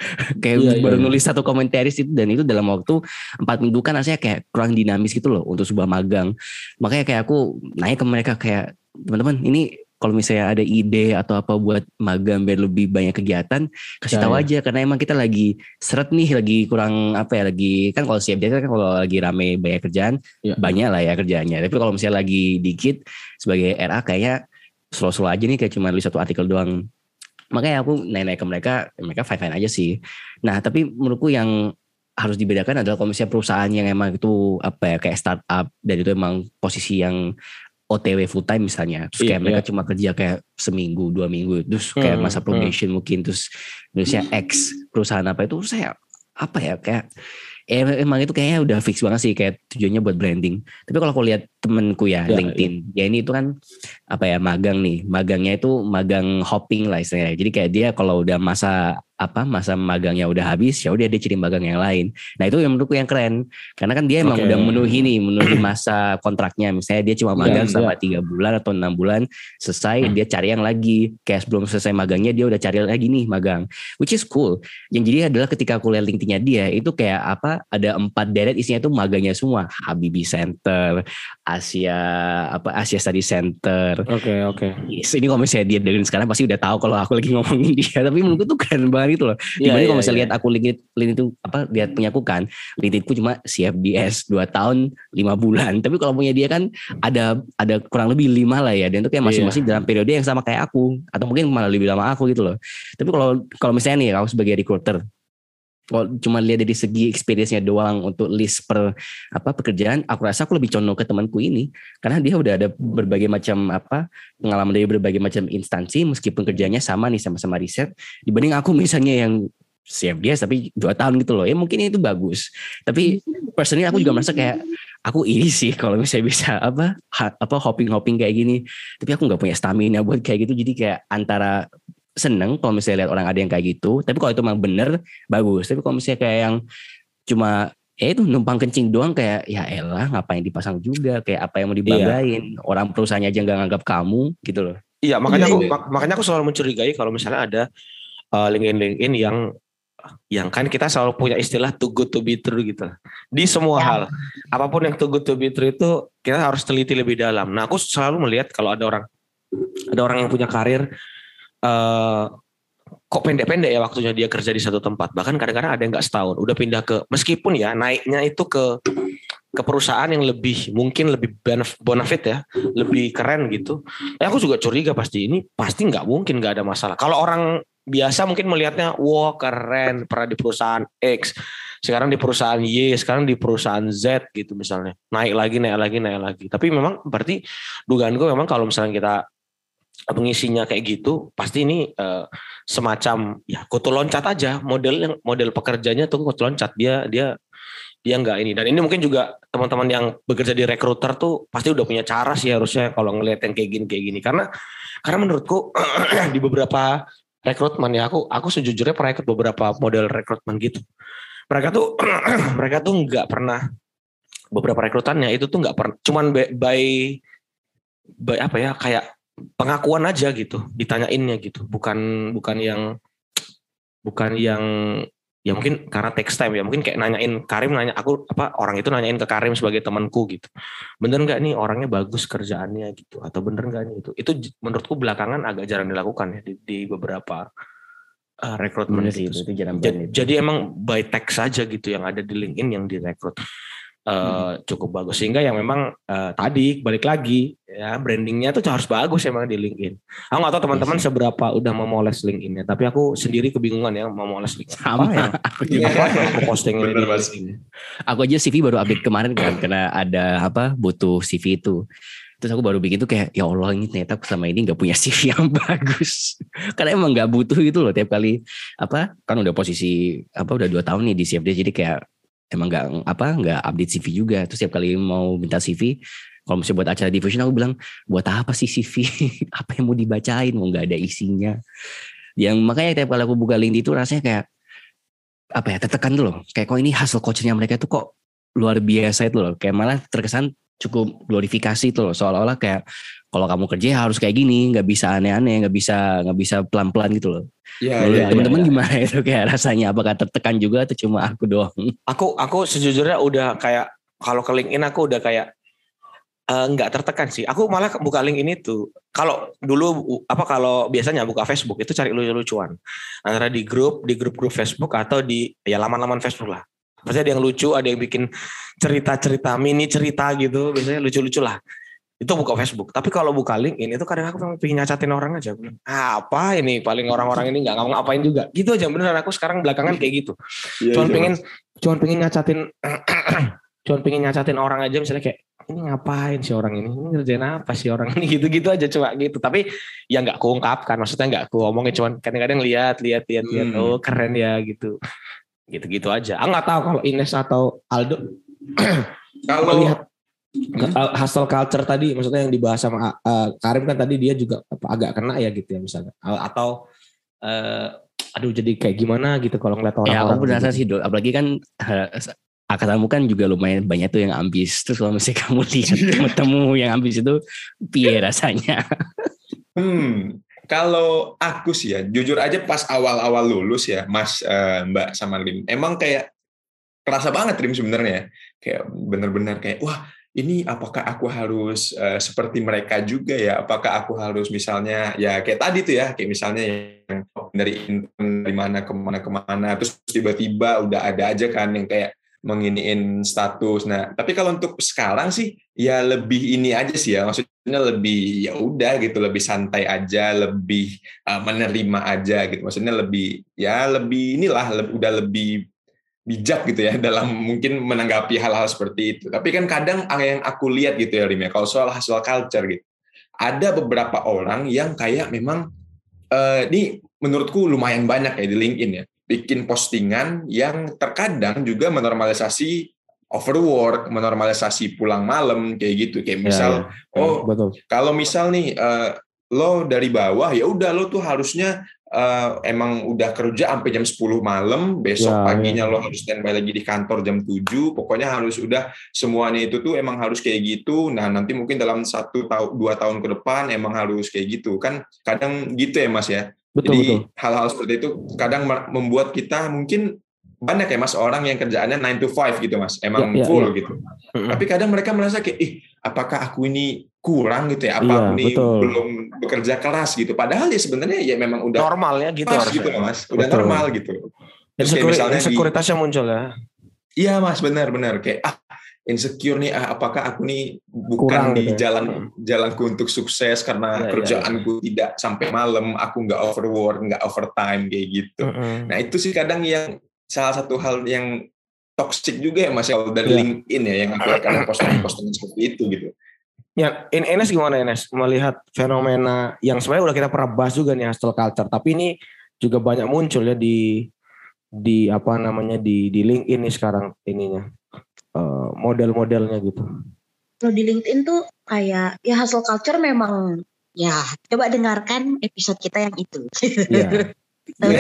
Kayak Iya, baru iya, iya. nulis satu komentaris itu, dan itu dalam waktu empat minggu kan rasanya kayak kurang dinamis gitu loh untuk sebuah magang. Makanya kayak aku nanya ke mereka kayak, teman-teman ini kalau misalnya ada ide atau apa buat magang biar lebih banyak kegiatan, kasih Ya, tahu ya. aja, karena emang kita lagi seret nih, lagi kurang apa ya, lagi kan kalau siap dia kan kalau lagi rame banyak kerjaan, Ya. banyak lah ya kerjaannya. Tapi kalau misalnya lagi dikit sebagai R A kayaknya slow-slow aja nih, kayak cuma nulis satu artikel doang. Makanya aku nanya-nanya ke mereka, mereka fine-fine aja sih. Nah tapi menurutku yang harus dibedakan adalah kalau misalnya perusahaan yang emang itu apa ya kayak startup, dan itu emang posisi yang O T W full time misalnya, terus kayak Iya, mereka iya. cuma kerja kayak seminggu dua minggu, terus kayak Hmm, masa probation mungkin, terus Indonesia X perusahaan apa itu, saya apa ya kayak eh, emang itu kayaknya udah fix banget sih, kayak tujuannya buat branding. Tapi kalau aku lihat temenku ya, Ya, LinkedIn, ya ini itu kan apa ya, magang nih, magangnya itu magang hopping lah istilahnya. Jadi kayak dia kalau udah masa apa masa magangnya udah habis, ya udah dia cari magang yang lain. Nah itu yang menurutku yang keren, karena kan dia emang Oke. udah memenuhi nih, memenuhi masa kontraknya. Misalnya dia cuma Iya, magang iya. selama tiga bulan atau enam bulan, selesai dia cari yang lagi. Kayak sebelum selesai magangnya dia udah cari lagi nih magang, which is cool. Yang jadi adalah ketika aku lihat LinkedIn-nya dia itu kayak apa, ada empat deret isinya tuh magangnya semua, Habibie Center, Asia apa Asia Study Center. Oke, oke. Yes, ini kalau misalnya dia dengerin sekarang pasti udah tahu kalau aku lagi ngomongin dia. Tapi menurutku tuh keren banget gitu loh. Iya, Dibanding iya, kalau misalnya iya. lihat aku LinkedIn, LinkedIn itu apa, lihat punya aku kan, LinkedInku cuma C F D S dua tahun lima bulan. Tapi kalau punya dia kan ada ada kurang lebih lima lah ya. Dan itu kayak masing-masing Iya. dalam periode yang sama kayak aku, atau mungkin malah lebih lama aku gitu loh. Tapi kalau kalau misalnya nih aku sebagai recruiter, kalau cuma lihat dari segi experience-nya doang untuk list per apa pekerjaan, aku rasa aku lebih condong ke temanku ini, karena dia udah ada berbagai macam apa pengalaman dari berbagai macam instansi, meskipun kerjanya sama nih, sama-sama riset, dibanding aku misalnya yang C F D S tapi dua tahun gitu loh. Ya mungkin itu bagus, tapi personally aku juga merasa kayak aku iri sih kalau misalnya bisa apa ha- apa hopping-hopping kayak gini, tapi aku nggak punya stamina buat kayak gitu. Jadi kayak antara seneng kalau misalnya lihat orang ada yang kayak gitu, tapi kalau itu memang bener bagus. Tapi kalau misalnya kayak yang cuma ya itu numpang kencing doang, kayak ya elah ngapain dipasang juga, kayak apa yang mau dibanggain, orang perusahaannya aja nggak nganggap kamu gitu loh. Iya, makanya Iya, aku iya. mak- makanya aku selalu mencurigai kalau misalnya ada uh, LinkedIn LinkedIn yang yang kan kita selalu punya istilah too good to be true gitu. Di semua Ya. hal, apapun yang too good to be true itu kita harus teliti lebih dalam. Nah, aku selalu melihat kalau ada orang ada orang yang punya karir uh, kok pendek-pendek ya waktunya dia kerja di satu tempat. Bahkan kadang-kadang ada yang nggak setahun, udah pindah ke, meskipun ya naiknya itu ke ke perusahaan yang lebih mungkin lebih benef- bonafit ya, lebih keren gitu. Eh, aku juga curiga pasti ini pasti nggak mungkin nggak ada masalah. Kalau orang biasa mungkin melihatnya, wah keren, pernah di perusahaan X, sekarang di perusahaan Y, sekarang di perusahaan Z gitu misalnya, naik lagi, naik lagi, naik lagi. Tapi memang berarti dugaan gue memang kalau misalnya kita pengisinya kayak gitu, pasti ini uh, semacam ya kutu loncat aja, model yang model pekerjanya tuh kutu loncat, dia dia dia nggak ini. Dan ini mungkin juga teman-teman yang bekerja di recruiter tuh pasti udah punya cara sih harusnya kalau ngeliat yang kayak gini kayak gini, karena karena menurutku di beberapa rekrutmen ya, aku aku sejujurnya pernah ikut beberapa model rekrutmen gitu, mereka tuh mereka tuh nggak pernah, beberapa rekrutannya itu tuh nggak pernah, cuman by, by by apa ya kayak pengakuan aja gitu, ditanyainnya gitu, bukan bukan yang bukan yang ya mungkin karena text time ya, mungkin kayak nanyain Karim, nanya aku apa orang itu nanyain ke Karim sebagai temanku gitu, bener nggak nih orangnya bagus kerjaannya gitu, atau bener nggak nih itu itu menurutku belakangan agak jarang dilakukan ya di, di beberapa uh, rekrutmen Bener sih, gitu. itu jarang Jadi, banget. jadi emang by text saja gitu yang ada di LinkedIn yang direkrut. Uh, cukup bagus, sehingga yang memang uh, tadi balik lagi ya, brandingnya tuh harus bagus emang di LinkedIn. Aku nggak tahu teman-teman Yes. seberapa udah memoles LinkedIn-nya, tapi aku sendiri kebingungan ya memoles LinkedIn. Sama, Apa yang, aku juga. apa yang aku posting ini Bener, di Mas. LinkedIn. Aku aja C V baru update kemarin kan, karena ada apa butuh C V itu. Terus aku baru bikin tuh kayak ya Allah, ini ternyata aku selama ini nggak punya C V yang bagus. Karena emang nggak butuh gitu loh, tiap kali apa kan udah posisi apa udah dua tahun nih di C F D, jadi kayak emang nggak apa nggak update C V juga. Terus tiap kali mau minta C V, kalau misalnya buat acara diffusion aku bilang buat apa sih C V? Apa yang mau dibacain, mau nggak ada isinya. Yang makanya tiap kali aku buka LinkedIn itu rasanya kayak apa ya, tertekan tuh loh, kayak kok ini hasil coachnya mereka tuh kok luar biasa itu loh, kayak malah terkesan cukup glorifikasi tuh loh, seolah-olah kayak kalau kamu kerja harus kayak gini, nggak bisa aneh-aneh, nggak bisa nggak bisa pelan-pelan gitu loh. Ya, Menurut ya, teman-teman ya, ya. gimana itu kayak rasanya? Apakah tertekan juga atau cuma aku doang? Aku aku sejujurnya udah kayak kalau ke LinkedIn aku udah kayak uh, nggak tertekan sih. Aku malah buka LinkedIn itu. Kalau dulu apa kalau biasanya buka Facebook itu cari lucu-lucuan antara di grup di grup-grup Facebook atau di ya laman-laman Facebook lah. Maksudnya ada yang lucu, ada yang bikin cerita-cerita mini cerita gitu, biasanya lucu-lucu lah. Itu buka Facebook. Tapi kalau buka LinkedIn itu kadang aku pengen nyacatin orang aja. Ah, apa ini paling orang-orang ini nggak ngapain juga. Gitu aja beneran aku sekarang belakangan kayak gitu. Iya, Cuman iya, pengen Mas. cuman pengen nyacatin cuman pengen nyacatin orang aja misalnya kayak ini ngapain sih orang ini? Ini ngerjain apa sih orang ini gitu-gitu aja coba gitu. Tapi ya nggak kuungkapkan, maksudnya nggak ku omongin, cuman kadang-kadang lihat lihat lihat lihat Hmm. oh keren ya gitu. Gitu-gitu aja. Ah nggak tahu kalau Ines atau Aldo Kalau melihat hustle culture tadi, maksudnya yang dibahas sama uh, Karim kan tadi dia juga apa, agak kena ya gitu ya misalnya, atau uh, aduh jadi kayak gimana gitu kalau ngeliat Ya orang-orang. aku penasaran gitu. sih Dok, apalagi kan uh, angkatanmu kan juga lumayan banyak tuh yang ambis. Terus kalau misalnya kamu lihat temu-temu yang ambis itu, piye rasanya? Hmm, kalau aku sih ya, jujur aja pas awal-awal lulus ya, Mas, eh, Mbak sama Lim, emang kayak kerasa banget Lim sebenarnya, kayak bener-bener kayak wah ini apakah aku harus uh, seperti mereka juga ya? Apakah aku harus misalnya ya kayak tadi tuh ya, kayak misalnya yang dari dari mana kemana kemana, terus tiba-tiba udah ada aja kan yang kayak menginiin status. Nah, tapi kalau untuk sekarang sih ya lebih ini aja sih ya, maksudnya lebih ya udah gitu, lebih santai aja, lebih uh, menerima aja gitu. Maksudnya lebih ya lebih inilah lebih, udah lebih bijak gitu ya dalam mungkin menanggapi hal-hal seperti itu. Tapi kan kadang yang aku lihat gitu ya Rim ya, kalau soal hustle culture gitu, ada beberapa orang yang kayak memang eh, ini menurutku lumayan banyak ya di LinkedIn ya, bikin postingan yang terkadang juga menormalisasi overwork, menormalisasi pulang malam kayak gitu. Kayak misal, Ya, ya. oh Betul. kalau misal nih eh, lo dari bawah ya udah lo tuh harusnya Uh, emang udah kerja sampai jam sepuluh malam, besok Ya, paginya ya. lo harus standby lagi di kantor jam tujuh, pokoknya harus udah semuanya itu tuh emang harus kayak gitu. Nah nanti mungkin dalam satu tahun dua tahun ke depan emang harus kayak gitu kan, kadang gitu ya Mas ya. Betul, Jadi betul. hal-hal seperti itu kadang membuat kita mungkin banyak ya Mas orang yang kerjaannya nine to five gitu Mas, emang Ya, ya, full ya. gitu. Tapi kadang mereka merasa kayak ih apakah aku ini kurang gitu ya, apa Iya, aku ini betul. belum bekerja keras gitu, padahal ya sebenarnya ya memang udah Normalnya gitu pas harusnya. gitu loh Mas, udah Betul. normal gitu. Terus kayak Insecuri- misalnya di, insekuritasnya muncul ya. iya Mas benar-benar kayak ah insecure nih, ah, apakah aku nih bukan Kurang di gitu ya. jalan jalanku untuk sukses karena Ya, ya, kerjaanku tidak sampai malam, aku nggak overwork, nggak overtime kayak gitu. Mm-mm. Nah itu sih kadang yang salah satu hal yang toxic juga ya Mas ya dari Ya. LinkedIn ya, yang aku lihat kadang postingan-postingan seperti itu gitu. Ya, in Enes gimana Enes melihat fenomena yang sebenarnya udah kita pernah bahas juga nih hustle culture, tapi ini juga banyak muncul ya di di apa namanya di di LinkedIn nih sekarang ininya uh, model-modelnya gitu. Kalau di LinkedIn tuh kayak ya hustle culture memang ya coba dengarkan episode kita yang itu. Iya. Tapi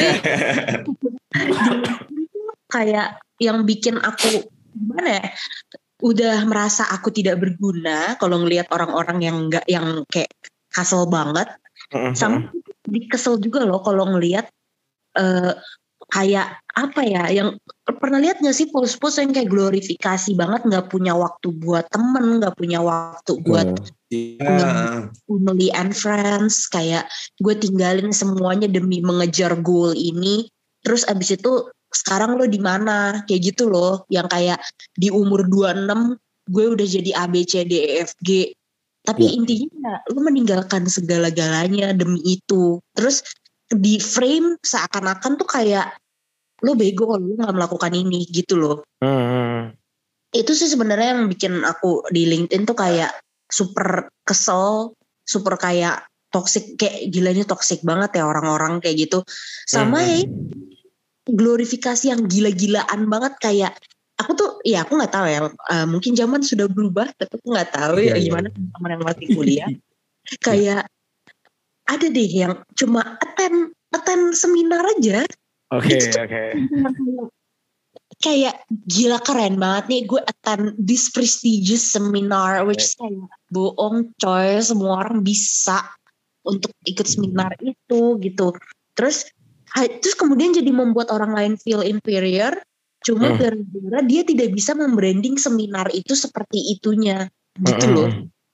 kayak yang bikin aku gimana ya? Udah merasa aku tidak berguna kalau ngelihat orang-orang yang enggak yang kayak hustle banget. Sama kesel juga loh kalau ngelihat uh, kayak apa ya yang pernah lihat nggak sih post-post yang kayak glorifikasi banget, nggak punya waktu buat temen, nggak punya waktu buat yeah. family and friends, kayak gue tinggalin semuanya demi mengejar goal ini. Terus abis itu sekarang lo di mana kayak gitu loh, yang kayak di umur dua puluh enam gue udah jadi A B C D E F G, tapi yeah. intinya lo meninggalkan segala-galanya demi itu. Terus di frame seakan-akan tuh kayak lo bego lo nggak melakukan ini gitu loh. Hmm. Itu sih sebenarnya yang bikin aku di LinkedIn tuh kayak super kesel, super kayak toxic, kayak gilanya toxic banget ya orang-orang kayak gitu. Sama hmm. ya glorifikasi yang gila-gilaan banget, kayak aku tuh ya aku nggak tahu ya, uh, mungkin zaman sudah berubah, tapi aku nggak tahu ya, ya gimana teman yang masih kuliah. Kayak ada deh yang cuma attend attend seminar aja. Oke okay, oke. Okay. kayak gila keren banget nih gue attend this prestigious seminar which is kayak bohong coy, semua orang bisa untuk ikut seminar itu gitu. Terus terus kemudian jadi membuat orang lain feel inferior cuma hmm. gara-gara dia tidak bisa membranding seminar itu seperti itunya gitu loh.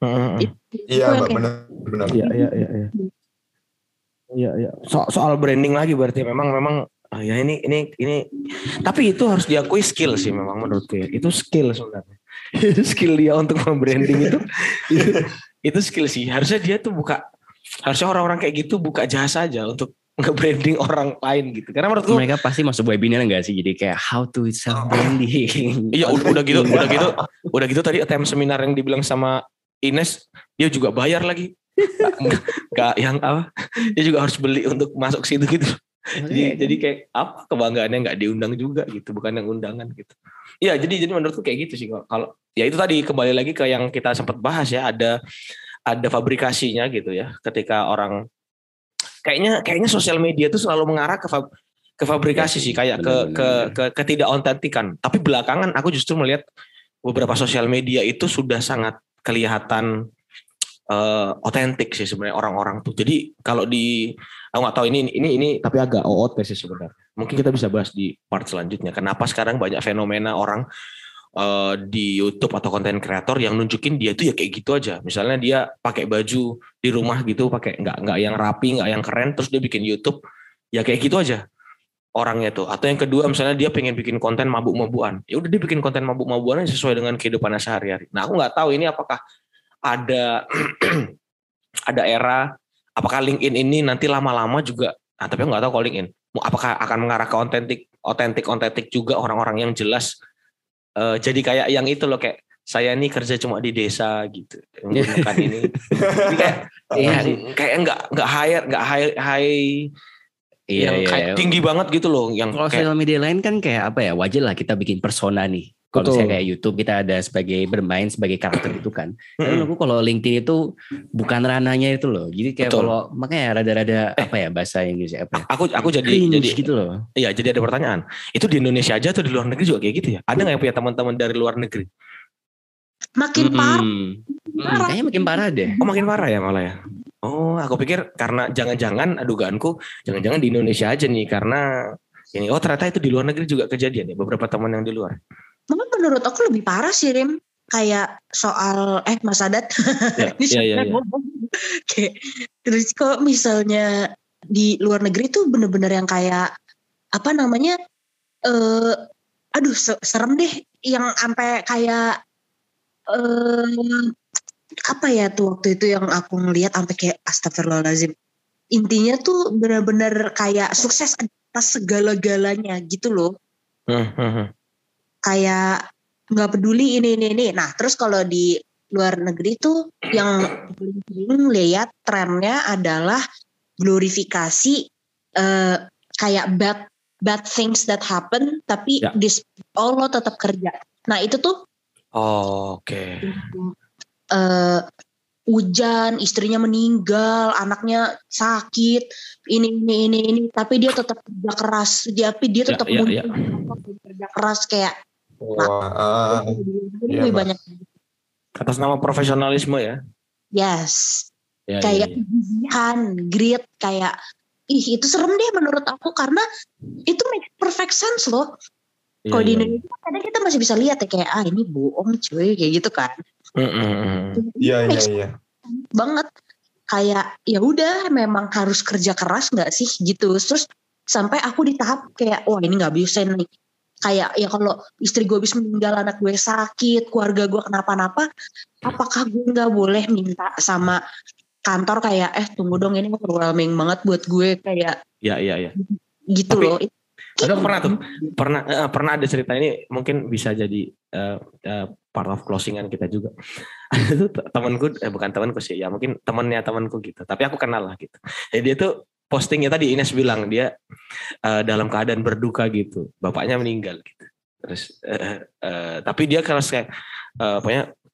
Iya mbak, benar benar. Iya iya iya. Iya iya. So, soal branding lagi berarti memang memang oh ya ini ini ini tapi itu harus diakui skill sih memang menurutku ya. Itu skill sebenarnya. Itu skill dia untuk membranding itu, itu itu skill sih. Harusnya dia tuh buka harusnya orang-orang kayak gitu buka jasa aja untuk nge-branding orang lain gitu. Karena menurutku mereka pasti masuk webinar enggak sih? Jadi kayak how to self branding. Iya udah, udah gitu, udah gitu, udah gitu tadi attempt seminar yang dibilang sama Ines, dia juga bayar lagi. Enggak yang apa? Dia juga harus beli untuk masuk situ gitu. Jadi jadi kayak apa kebanggaannya nggak diundang juga gitu, bukan yang undangan gitu. Iya jadi jadi menurutku kayak gitu sih kalau ya itu tadi kembali lagi ke yang kita sempat bahas ya, ada ada fabrikasinya gitu ya, ketika orang kayaknya kayaknya sosial media itu selalu mengarah ke fab, ke fabrikasi ya, sih kayak ke ke ke ketidakontentikan. Tapi belakangan aku justru melihat beberapa sosial media itu sudah sangat kelihatan otentik uh, sih sebenarnya orang-orang tuh. Jadi kalau di aku nggak tahu ini ini ini tapi agak O O T sih sebenarnya. Mungkin kita bisa bahas di part selanjutnya. Kenapa sekarang banyak fenomena orang uh, di YouTube atau konten kreator yang nunjukin dia tuh ya kayak gitu aja. Misalnya dia pakai baju di rumah gitu, pakai nggak nggak yang rapi, nggak yang keren, terus dia bikin YouTube ya kayak gitu aja orangnya tuh. Atau yang kedua misalnya dia pengen bikin konten mabuk-mabukan, ya udah dia bikin konten mabuk-mabukan sesuai dengan kehidupannya sehari-hari. Nah aku nggak tahu ini apakah ada ada era apakah LinkedIn ini nanti lama-lama juga nah, tapi aku nggak tahu kalau LinkedIn apakah akan mengarah ke otentik otentik otentik juga orang-orang yang jelas uh, jadi kayak yang itu loh kayak saya nih kerja cuma di desa gitu menggunakan ini jadi kayak ya, kayak nggak nggak high nggak high high Iya, yang iya, kayak iya. tinggi banget gitu loh yang kalau kayak, sosial media lain kan kayak apa ya, wajar lah kita bikin persona nih. Kalau misalnya kayak YouTube kita ada sebagai bermain sebagai karakter itu kan. Tapi menurutku kalau LinkedIn itu bukan ranahnya itu loh. Jadi kayak betul. kalau makanya rada-rada eh, apa ya bahasa Inggris apa? Ya? Aku aku jadi cringe jadi gitu loh. Iya, jadi ada pertanyaan. Itu di Indonesia aja atau di luar negeri juga kayak gitu ya? Ada nggak yang punya teman-teman dari luar negeri? Makin hmm. parah. Hmm, kayaknya makin parah deh. Oh, makin parah ya malah ya. Oh, aku pikir karena jangan-jangan dugaanku jangan-jangan di Indonesia aja nih karena ini oh ternyata itu di luar negeri juga kejadian ya beberapa teman yang di luar. Mungkin menurut aku lebih parah sih Rim, kayak soal eh Mas Adat. Ya, iya iya iya. Kayak terus kok misalnya di luar negeri tuh bener-bener yang kayak apa namanya eh aduh serem deh yang sampai kayak eh apa ya tuh waktu itu yang aku ngelihat sampai kayak astagfirullahaladzim. Intinya tuh benar-benar kayak sukses atas segala-galanya gitu loh. Hmm, hmm, hmm. Kayak nggak peduli ini ini ini. Nah terus kalau di luar negeri tuh yang paling lihat trennya adalah glorifikasi uh, kayak bad bad things that happen, tapi ya. This all lo tetap kerja. Nah itu tuh. Oh, oke. Okay. Uh, hujan, istrinya meninggal, anaknya sakit, ini ini ini ini, tapi dia tetap kerja keras, tapi dia tetap ya, muncul ya, ya. kerja keras kayak. Wah, uh, lebih ya, banyak. Atas nama profesionalisme ya. Yes. Ya, kayak ya, ya. kegigihan, grit, kayak ih itu serem deh menurut aku karena itu make perfect sense loh. Ya, kalau ya, di Indonesia kadang kita masih bisa lihat ya kayak ah ini bohong cuy kayak gitu kan. Iya iya iya. Banget kayak ya udah memang harus kerja keras nggak sih gitu. Terus sampai aku di tahap kayak wah ini nggak bisa nih. Kayak ya kalau istri gue habis meninggal, anak gue sakit, keluarga gue kenapa-napa, apakah gue nggak boleh minta sama kantor kayak eh tunggu dong ini overwhelming banget buat gue kayak. Iya iya iya. Gitu Tapi, loh. Aku pernah tuh pernah uh, pernah ada cerita ini mungkin bisa jadi uh, uh, part of closingan kita juga. Itu temanku eh bukan temanku sih ya mungkin temannya temanku gitu. Tapi aku kenal lah gitu. Jadi dia tuh postingnya tadi Ines bilang dia uh, dalam keadaan berduka gitu. Bapaknya meninggal gitu. Terus uh, uh, tapi dia kalau kayak uh, pokoknya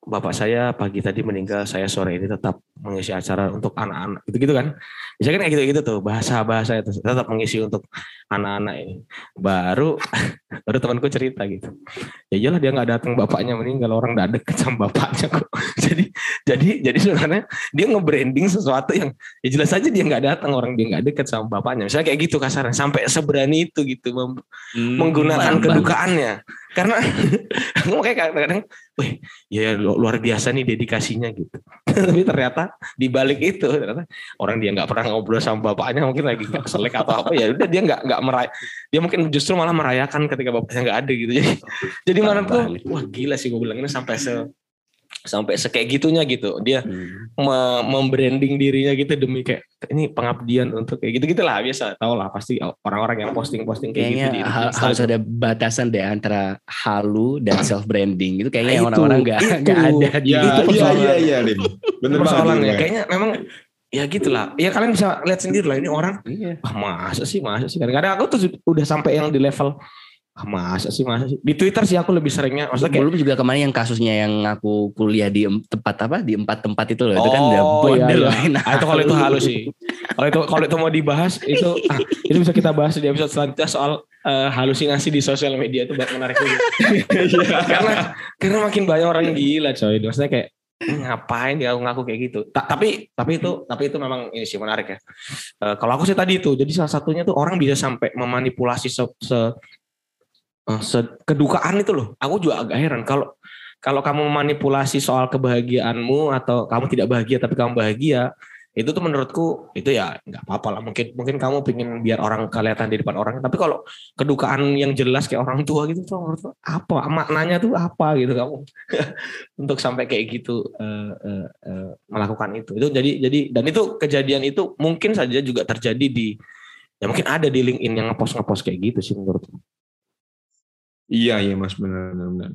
bapak saya pagi tadi meninggal, saya sore ini tetap mengisi acara untuk anak-anak, gitu-gitu kan. Biasanya kan kayak gitu-gitu tuh, bahasa-bahasa itu tetap mengisi untuk anak-anak ini. Baru baru temanku cerita gitu. Ya iyalah dia nggak datang, bapaknya meninggal, orang nggak deket sama bapaknya kok. jadi jadi jadi sebenarnya dia nge-branding sesuatu yang ya jelas aja dia nggak datang, orang dia nggak deket sama bapaknya. Misalnya kayak gitu kasarnya, sampai seberani itu gitu mem- hmm, menggunakan kedukaannya. Karena aku kayak kadang-kadang, wih, ya luar biasa nih dedikasinya gitu. Tapi ternyata di balik itu ternyata orang dia nggak pernah ngobrol sama bapaknya, mungkin lagi nggak keselek atau apa, ya udah dia nggak nggak meray, dia mungkin justru malah merayakan ketika bapaknya nggak ada gitu. Jadi jadi mana tuh, wah gila sih gue bilang ini sampai se sampai sekayak gitunya gitu dia hmm. me- membranding dirinya gitu demi kayak ini pengabdian untuk kayak gitu gitulah, biasa tau lah pasti orang-orang yang posting-posting kayak kayaknya gitu di ha- harus ada batasan deh antara halu dan self branding gitu, kayaknya nah, orang-orang nggak nggak ada di ya, itu iya iya iya bener persoalannya kayaknya memang ya gitulah ya, kalian bisa lihat sendiri lah ini orang iya. ah masa sih masa sih kadang-kadang aku tuh udah sampai yang di level ah, masa sih masa sih di Twitter sih aku lebih seringnya maksudnya kayak, belum juga kemarin yang kasusnya yang aku kuliah di tempat apa di empat tempat itu loh, oh, itu kan udah bondel iya, iya. Nah, itu kalau itu halus sih kalau itu kalau itu mau dibahas itu ah, itu bisa kita bahas di episode selanjutnya soal uh, halusinasi di sosial media, itu banget menarik juga. karena karena makin banyak orang gila coy, maksudnya kayak ngapain dia ngaku kayak gitu. Ta- tapi tapi itu tapi itu memang ini sih menarik ya. Uh, kalau aku sih tadi itu, jadi salah satunya tuh orang bisa sampai memanipulasi se, se kedukaan itu loh. Aku juga agak heran kalau kalau kamu memanipulasi soal kebahagiaanmu atau kamu tidak bahagia tapi kamu bahagia, itu tuh menurutku itu ya nggak apa-apa lah. Mungkin mungkin kamu pengen biar orang kelihatan di depan orang. Tapi kalau kedukaan yang jelas kayak orang tua gitu tuh menurutku apa maknanya tuh apa gitu kamu untuk sampai kayak gitu uh, uh, uh, melakukan itu. Itu jadi jadi dan itu kejadian itu mungkin saja juga terjadi di ya mungkin ada di LinkedIn yang ngepost ngepost kayak gitu sih menurutku. Iya iya mas, benar benar.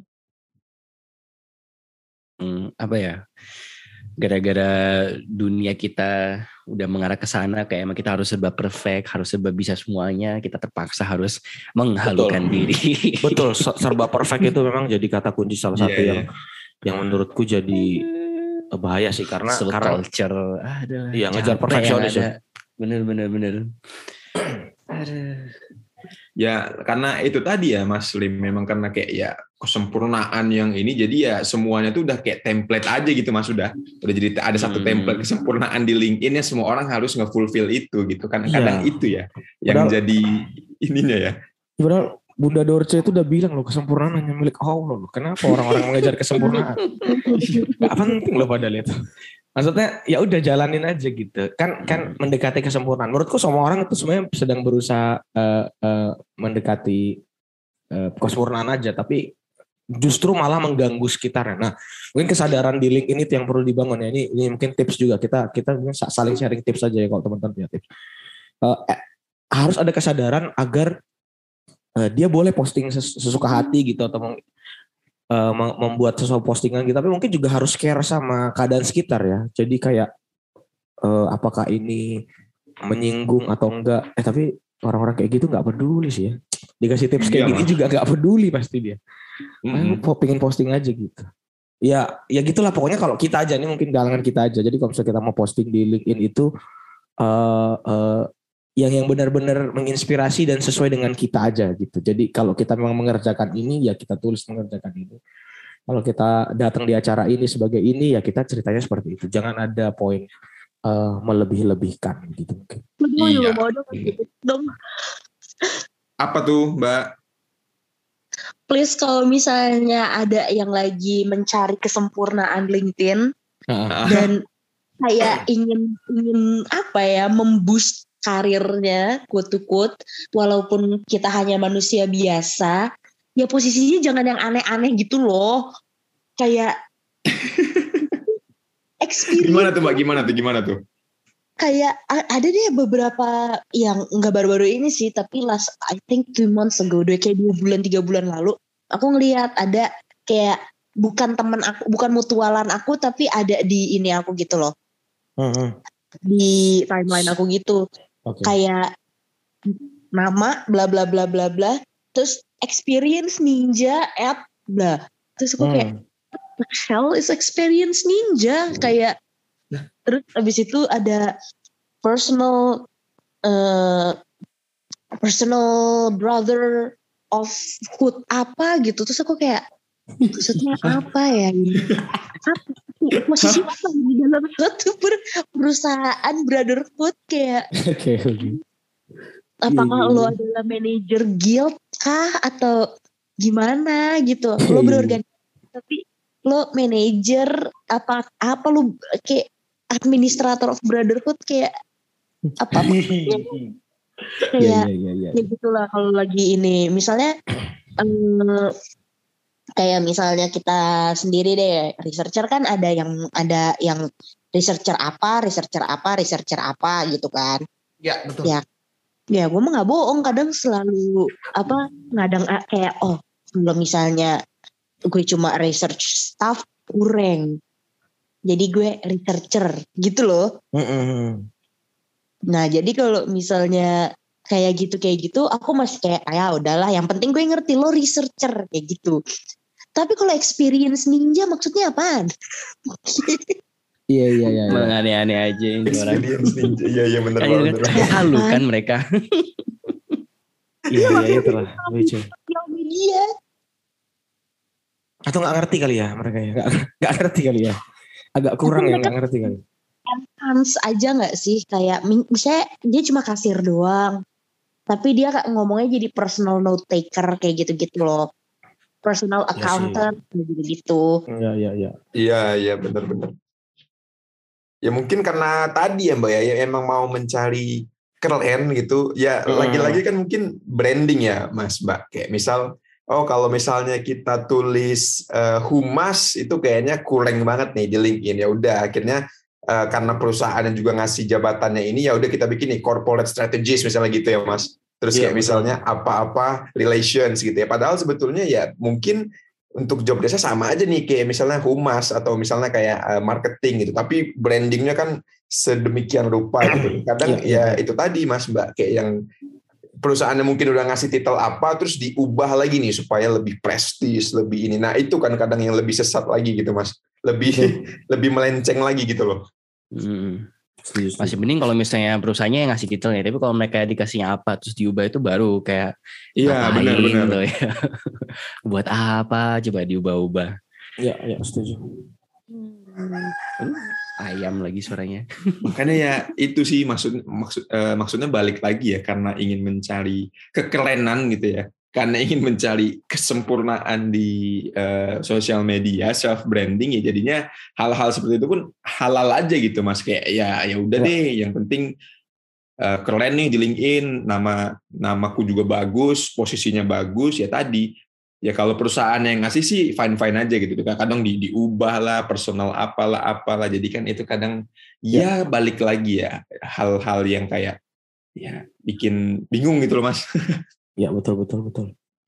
Hmm, apa ya? Gara-gara dunia kita udah mengarah ke sana, kayak emang kita harus serba perfect, harus serba bisa semuanya, kita terpaksa harus menghalukan Betul. diri. Betul, serba perfect itu memang jadi kata kunci salah satu yeah, yang yeah. yang menurutku jadi bahaya sih, karena so karena culture ada. Iya, ngejar perfeksionis ya. Bener bener bener. Ya karena itu tadi ya Mas Lim, memang karena kayak ya kesempurnaan yang ini, jadi ya semuanya tuh udah kayak template aja gitu Mas, udah udah jadi ada satu template hmm. kesempurnaan di LinkedIn ya, semua orang harus nge-fulfill itu gitu kan, kadang ya. Itu ya yang padahal, jadi ininya ya. Padahal Bunda Dorce itu udah bilang loh, kesempurnaan hanya milik Allah loh. Kenapa orang-orang mengejar kesempurnaan? Gak penting loh padahal itu. Maksudnya ya udah jalanin aja gitu kan, kan mendekati kesempurnaan. Menurutku semua orang itu sebenarnya sedang berusaha uh, uh, mendekati uh, kesempurnaan aja, tapi justru malah mengganggu sekitarnya. Nah mungkin kesadaran di LinkedIn itu yang perlu dibangun ya. Ini ini mungkin tips juga, kita kita saling sharing tips aja ya kalau teman-teman punya tips. Uh, eh, harus ada kesadaran agar uh, dia boleh posting ses- sesuka hati gitu atau membuat sesuatu postingan gitu, tapi mungkin juga harus care sama keadaan sekitar ya. Jadi kayak uh, apakah ini menyinggung atau enggak, eh tapi orang-orang kayak gitu nggak peduli sih ya. Dikasih tips kayak iya, gini mas. Juga nggak peduli pasti dia. Mm-hmm. Ah, pengen posting aja gitu. Ya ya gitulah pokoknya. Kalau kita aja, ini mungkin galangan kita aja. Jadi kalau misalnya kita mau posting di LinkedIn itu uh, uh, yang yang benar-benar menginspirasi dan sesuai dengan kita aja gitu. Jadi kalau kita memang mengerjakan ini ya kita tulis mengerjakan ini. Kalau kita datang di acara ini sebagai ini ya kita ceritanya seperti itu. Jangan ada poin uh, melebih-lebihkan gitu mungkin. Iya. Apa tuh Mbak? Please kalau misalnya ada yang lagi mencari kesempurnaan LinkedIn uh. dan kayak ingin ingin apa ya memboost karirnya, quote-quote, walaupun kita hanya manusia biasa, ya posisinya jangan yang aneh-aneh gitu loh. Kayak experience. Gimana tuh Mbak? Gimana tuh? Gimana tuh? Kayak ada deh beberapa yang nggak baru-baru ini sih, tapi last I think two months ago, deh kayak dua bulan tiga bulan lalu, aku ngelihat ada kayak bukan teman aku, bukan mutualan aku, tapi ada di ini aku gitu loh. Hmm. Di timeline aku gitu. Okay. Kayak nama bla bla bla bla bla, terus experience ninja app bla, terus aku kayak hmm. hell is experience ninja kayak terus abis itu ada personal uh, personal brother of hood apa gitu terus aku kayak maksudnya apa ya ini apa posisi apa di dalam suatu perusahaan brotherhood kayak Oke, oke. apakah Iya, iya, lo iya. adalah manajer guild kah atau gimana gitu lo berorganisasi tapi lo manajer apa apa lo kayak administrator of brotherhood kayak apa maksudnya Iya, kayak iya, iya, iya. ya gitulah kalau lagi ini misalnya eh, kayak misalnya kita sendiri deh researcher kan ada yang ada yang researcher apa researcher apa researcher apa gitu kan Ya betul. ya ya gue mah nggak bohong kadang selalu apa ngadang ah, kayak oh kalau misalnya gue cuma research staff kurang jadi gue researcher gitu loh. Mm-mm. Nah jadi kalau misalnya kayak gitu kayak gitu aku masih kayak ya udahlah yang penting gue ngerti lo researcher kayak gitu. Tapi kalau experience ninja maksudnya apaan? Iya, iya, iya. Emang aneh-aneh aja ini orang. Experience ninja. Iya, iya benar Kan itu banget. kan halu kan mereka. Iya iya itu lah lucu. Sosial media. Atau nggak ngerti kali ya mereka ya nggak nggak ngerti kali ya agak kurang ya nggak ngerti kali. Enhance aja nggak sih kayak misalnya dia cuma kasir doang, tapi dia kayak ngomongnya jadi personal note taker kayak gitu-gitu loh, personal accountant kayak gitu-gitu. Iya iya iya. Iya, iya benar-benar. Ya mungkin karena tadi ya Mbak ya, ya emang mau mencari keren gitu. Ya Hmm. lagi-lagi kan mungkin branding ya Mas Mbak. Kayak misal, oh kalau misalnya kita tulis uh, humas itu kayaknya kurang banget nih di LinkedIn. Ya udah akhirnya uh, karena perusahaan yang juga ngasih jabatannya ini ya udah kita bikin nih corporate strategist misalnya gitu ya Mas. Terus Iya, kayak betul. misalnya apa-apa relations gitu ya. Padahal sebetulnya ya mungkin untuk job desk sama aja nih kayak misalnya humas atau misalnya kayak uh, marketing gitu. Tapi brandingnya kan sedemikian rupa gitu. Kadang Iya, ya itu tadi Mas Mbak kayak yang perusahaannya mungkin udah ngasih titel apa terus diubah lagi nih supaya lebih prestis, lebih ini. Nah, itu kan kadang yang lebih sesat lagi gitu Mas. Lebih lebih melenceng lagi gitu loh. Hmm. Masih mending kalau misalnya perusahaannya yang ngasih titelnya, tapi kalau mereka dikasihnya apa terus diubah itu baru kayak Iya, ngapain benar-benar. tuh ya. Buat apa coba diubah-ubah. Iya iya setuju. Ayam lagi suaranya. Makanya ya itu sih maksud maksud eh, maksudnya balik lagi ya karena ingin mencari kekerenan gitu ya. Karena ingin mencari kesempurnaan di eh, sosial media, self branding ya jadinya hal-hal seperti itu pun halal aja gitu Mas kayak ya ya udah Ya. deh yang penting eh, keren nih di LinkedIn, nama namaku juga bagus, posisinya bagus ya tadi. Ya kalau perusahaan yang ngasih sih fine-fine aja gitu. Kadang di, diubah lah, personal apalah apalah. Jadi kan itu kadang ya balik lagi ya hal-hal yang kayak ya bikin bingung gitu loh Mas. Iya betul betul betul.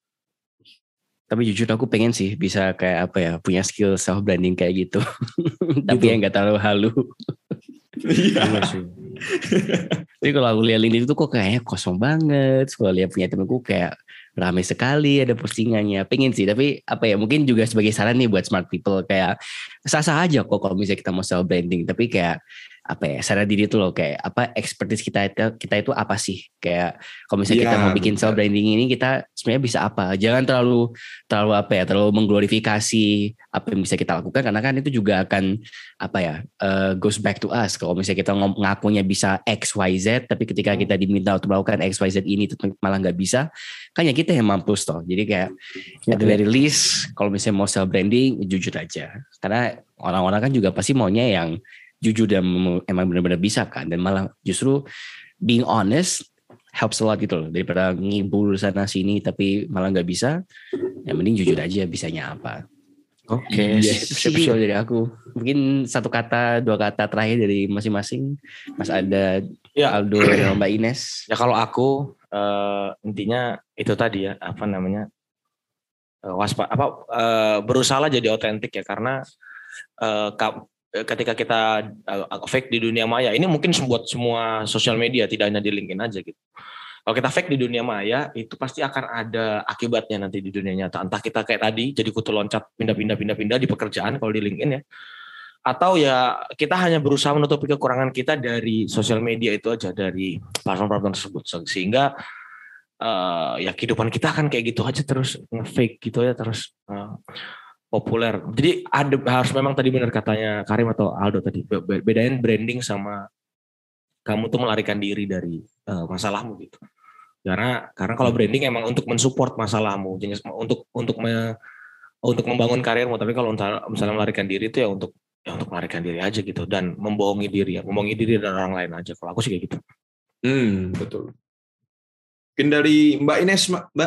Tapi jujur aku pengen sih bisa kayak apa ya, punya skill self branding kayak gitu. Tapi Gitu. yang nggak terlalu halu. Iya. Iya sih. Tapi kalau aku lihat LinkedIn itu kok kayaknya kosong banget. Kalau lihat punya temenku kayak ramai sekali ada postingannya. Pengen sih, tapi apa ya, mungkin juga sebagai saran nih buat smart people kayak sah-sah aja kok kalau misalnya kita mau self branding. Tapi kayak apa ya, sadar diri tuh loh kayak apa expertise kita itu, kita itu apa sih? Kayak kalau misalnya Ya, kita mau bikin benar. self branding ini kita sebenarnya bisa apa? Jangan terlalu terlalu apa ya, terlalu mengglorifikasi apa yang bisa kita lakukan karena kan itu juga akan apa ya, uh, goes back to us. Kalau misalnya kita ngom- ngakunya bisa X Y Z tapi ketika kita diminta untuk melakukan X Y Z ini tetap malah nggak bisa, kan ya kita yang mampus toh. Jadi kayak at the very least kalau misalnya mau self branding jujur aja, karena orang-orang kan juga pasti maunya yang jujur dan emang benar-benar bisa kan, dan malah justru being honest helps a lot gitu loh, daripada ngibul sana sini tapi malah nggak bisa. Yang mending jujur aja bisanya apa. Oke. Yes. Sip, sip, dari aku mungkin satu kata dua kata terakhir dari masing-masing. Mas ada, Ya. Aldo dan Mbak Ines. Ya kalau aku uh, intinya itu tadi ya apa namanya uh, waspada apa uh, berusaha jadi otentik ya, karena uh, ka- ketika kita uh, fake di dunia maya ini mungkin buat semua sosial media, tidak hanya di LinkedIn aja gitu. Kalau kita fake di dunia maya, itu pasti akan ada akibatnya nanti di dunia nyata. Entah kita kayak tadi jadi kutu loncat pindah-pindah pindah-pindah di pekerjaan kalau di LinkedIn ya. Atau ya kita hanya berusaha menutupi kekurangan kita dari sosial media itu aja, dari platform-platform tersebut, sehingga uh, ya kehidupan kita akan kayak gitu aja terus, nge-fake gitu aja terus uh, populer. Jadi ada, harus memang tadi benar katanya Karim atau Aldo tadi, bedain branding sama kamu tuh melarikan diri dari uh, masalahmu gitu. Karena karena kalau branding emang untuk mensupport masalahmu, jenis untuk untuk me, untuk membangun karirmu, tapi kalau misalnya melarikan diri itu ya untuk ya untuk melarikan diri aja gitu, dan membohongi diri ya, membohongi diri dan orang lain aja. Kalau aku sih kayak gitu. Hmm, betul. Mungkin dari Mbak Ines, Mbak.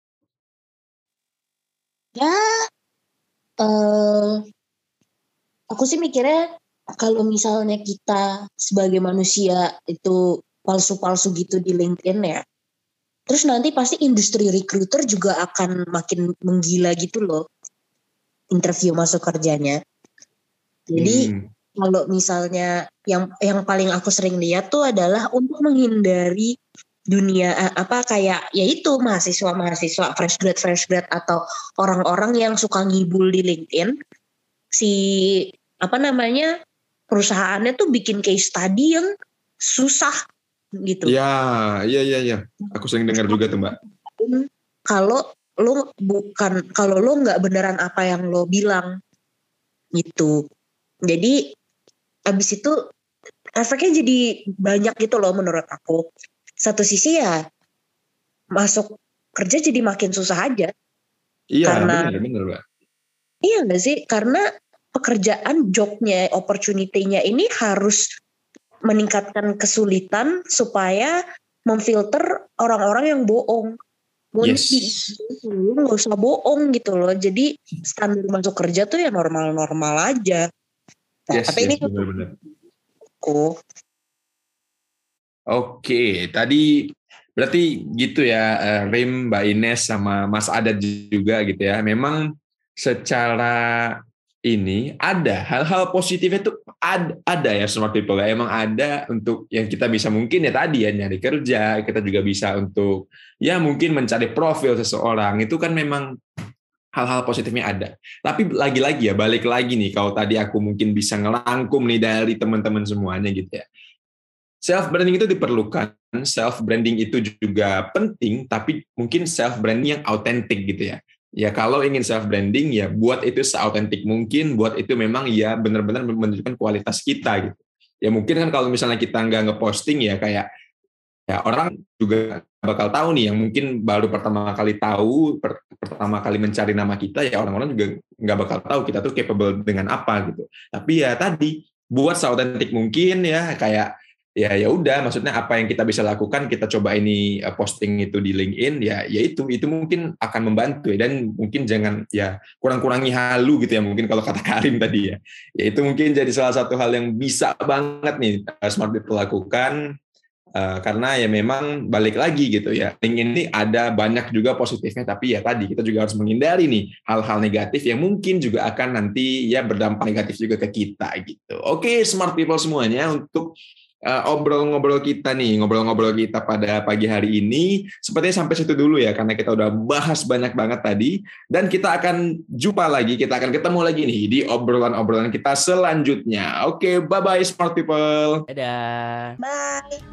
Ya, uh, aku sih mikirnya kalau misalnya kita sebagai manusia itu palsu-palsu gitu di LinkedIn ya, terus nanti pasti industri recruiter juga akan makin menggila gitu loh, interview masuk kerjanya. Jadi hmm. kalau misalnya yang yang paling aku sering lihat tuh adalah untuk menghindari dunia apa kayak yaitu mahasiswa-mahasiswa fresh grad fresh grad atau orang-orang yang suka ngibul di LinkedIn, si apa namanya perusahaannya tuh bikin case study yang susah gitu. Ya, iya iya iya. Aku sering dengar juga tuh, Mbak. Kalau lo bukan kalau lo nggak beneran apa yang lo bilang gitu. Jadi abis itu efeknya jadi banyak gitu loh menurut aku. Satu sisi ya masuk kerja jadi makin susah aja. Iya, karena, benar benar, Mbak. Iya nggak sih? Karena pekerjaan, jobnya, opportunity-nya ini harus meningkatkan kesulitan supaya memfilter orang-orang yang bohong. Yes. Lu nggak usah bohong gitu loh. Jadi standar masuk kerja tuh ya normal-normal aja. Nah, yes, tapi yes, ini benar-benar. Aku. Oke, tadi berarti gitu ya, Rim, Mbak Ines, sama Mas Adat juga gitu ya. Memang secara ini ada hal-hal positifnya tuh ada, ada ya smart people. Emang ada untuk yang kita bisa mungkin ya tadi ya nyari kerja, kita juga bisa untuk ya mungkin mencari profil seseorang. Itu kan memang hal-hal positifnya ada. Tapi lagi-lagi ya, balik lagi nih, kalau tadi aku mungkin bisa ngerangkum nih dari teman-teman semuanya gitu ya. Self-branding itu diperlukan, self-branding itu juga penting, tapi mungkin self-branding yang autentik gitu ya. Ya kalau ingin self-branding ya buat itu seautentik mungkin, buat itu memang ya benar-benar menunjukkan kualitas kita gitu. Ya mungkin kan kalau misalnya kita nggak ngeposting ya kayak, ya orang juga bakal tahu nih, yang mungkin baru pertama kali tahu, per, pertama kali mencari nama kita, ya orang-orang juga nggak bakal tahu kita tuh capable dengan apa gitu. Tapi ya tadi buat seautentik mungkin ya, kayak ya ya udah, maksudnya apa yang kita bisa lakukan, kita coba ini posting itu di LinkedIn, ya ya itu itu mungkin akan membantu ya. Dan mungkin jangan ya kurang-kurangi halu gitu ya, mungkin kalau kata Karim tadi ya. Ya itu mungkin jadi salah satu hal yang bisa banget nih smart people lakukan. Uh, karena ya memang balik lagi gitu ya, LinkedIn ini ada banyak juga positifnya, tapi ya tadi kita juga harus menghindari nih hal-hal negatif yang mungkin juga akan nanti ya berdampak negatif juga ke kita gitu. Oke, smart people semuanya, untuk uh, obrol-ngobrol kita nih, ngobrol-ngobrol kita pada pagi hari ini sepertinya sampai situ dulu ya, karena kita udah bahas banyak banget tadi, dan kita akan jumpa lagi, kita akan ketemu lagi nih di obrolan-obrolan kita selanjutnya. Oke, bye-bye smart people. Dadah. Bye.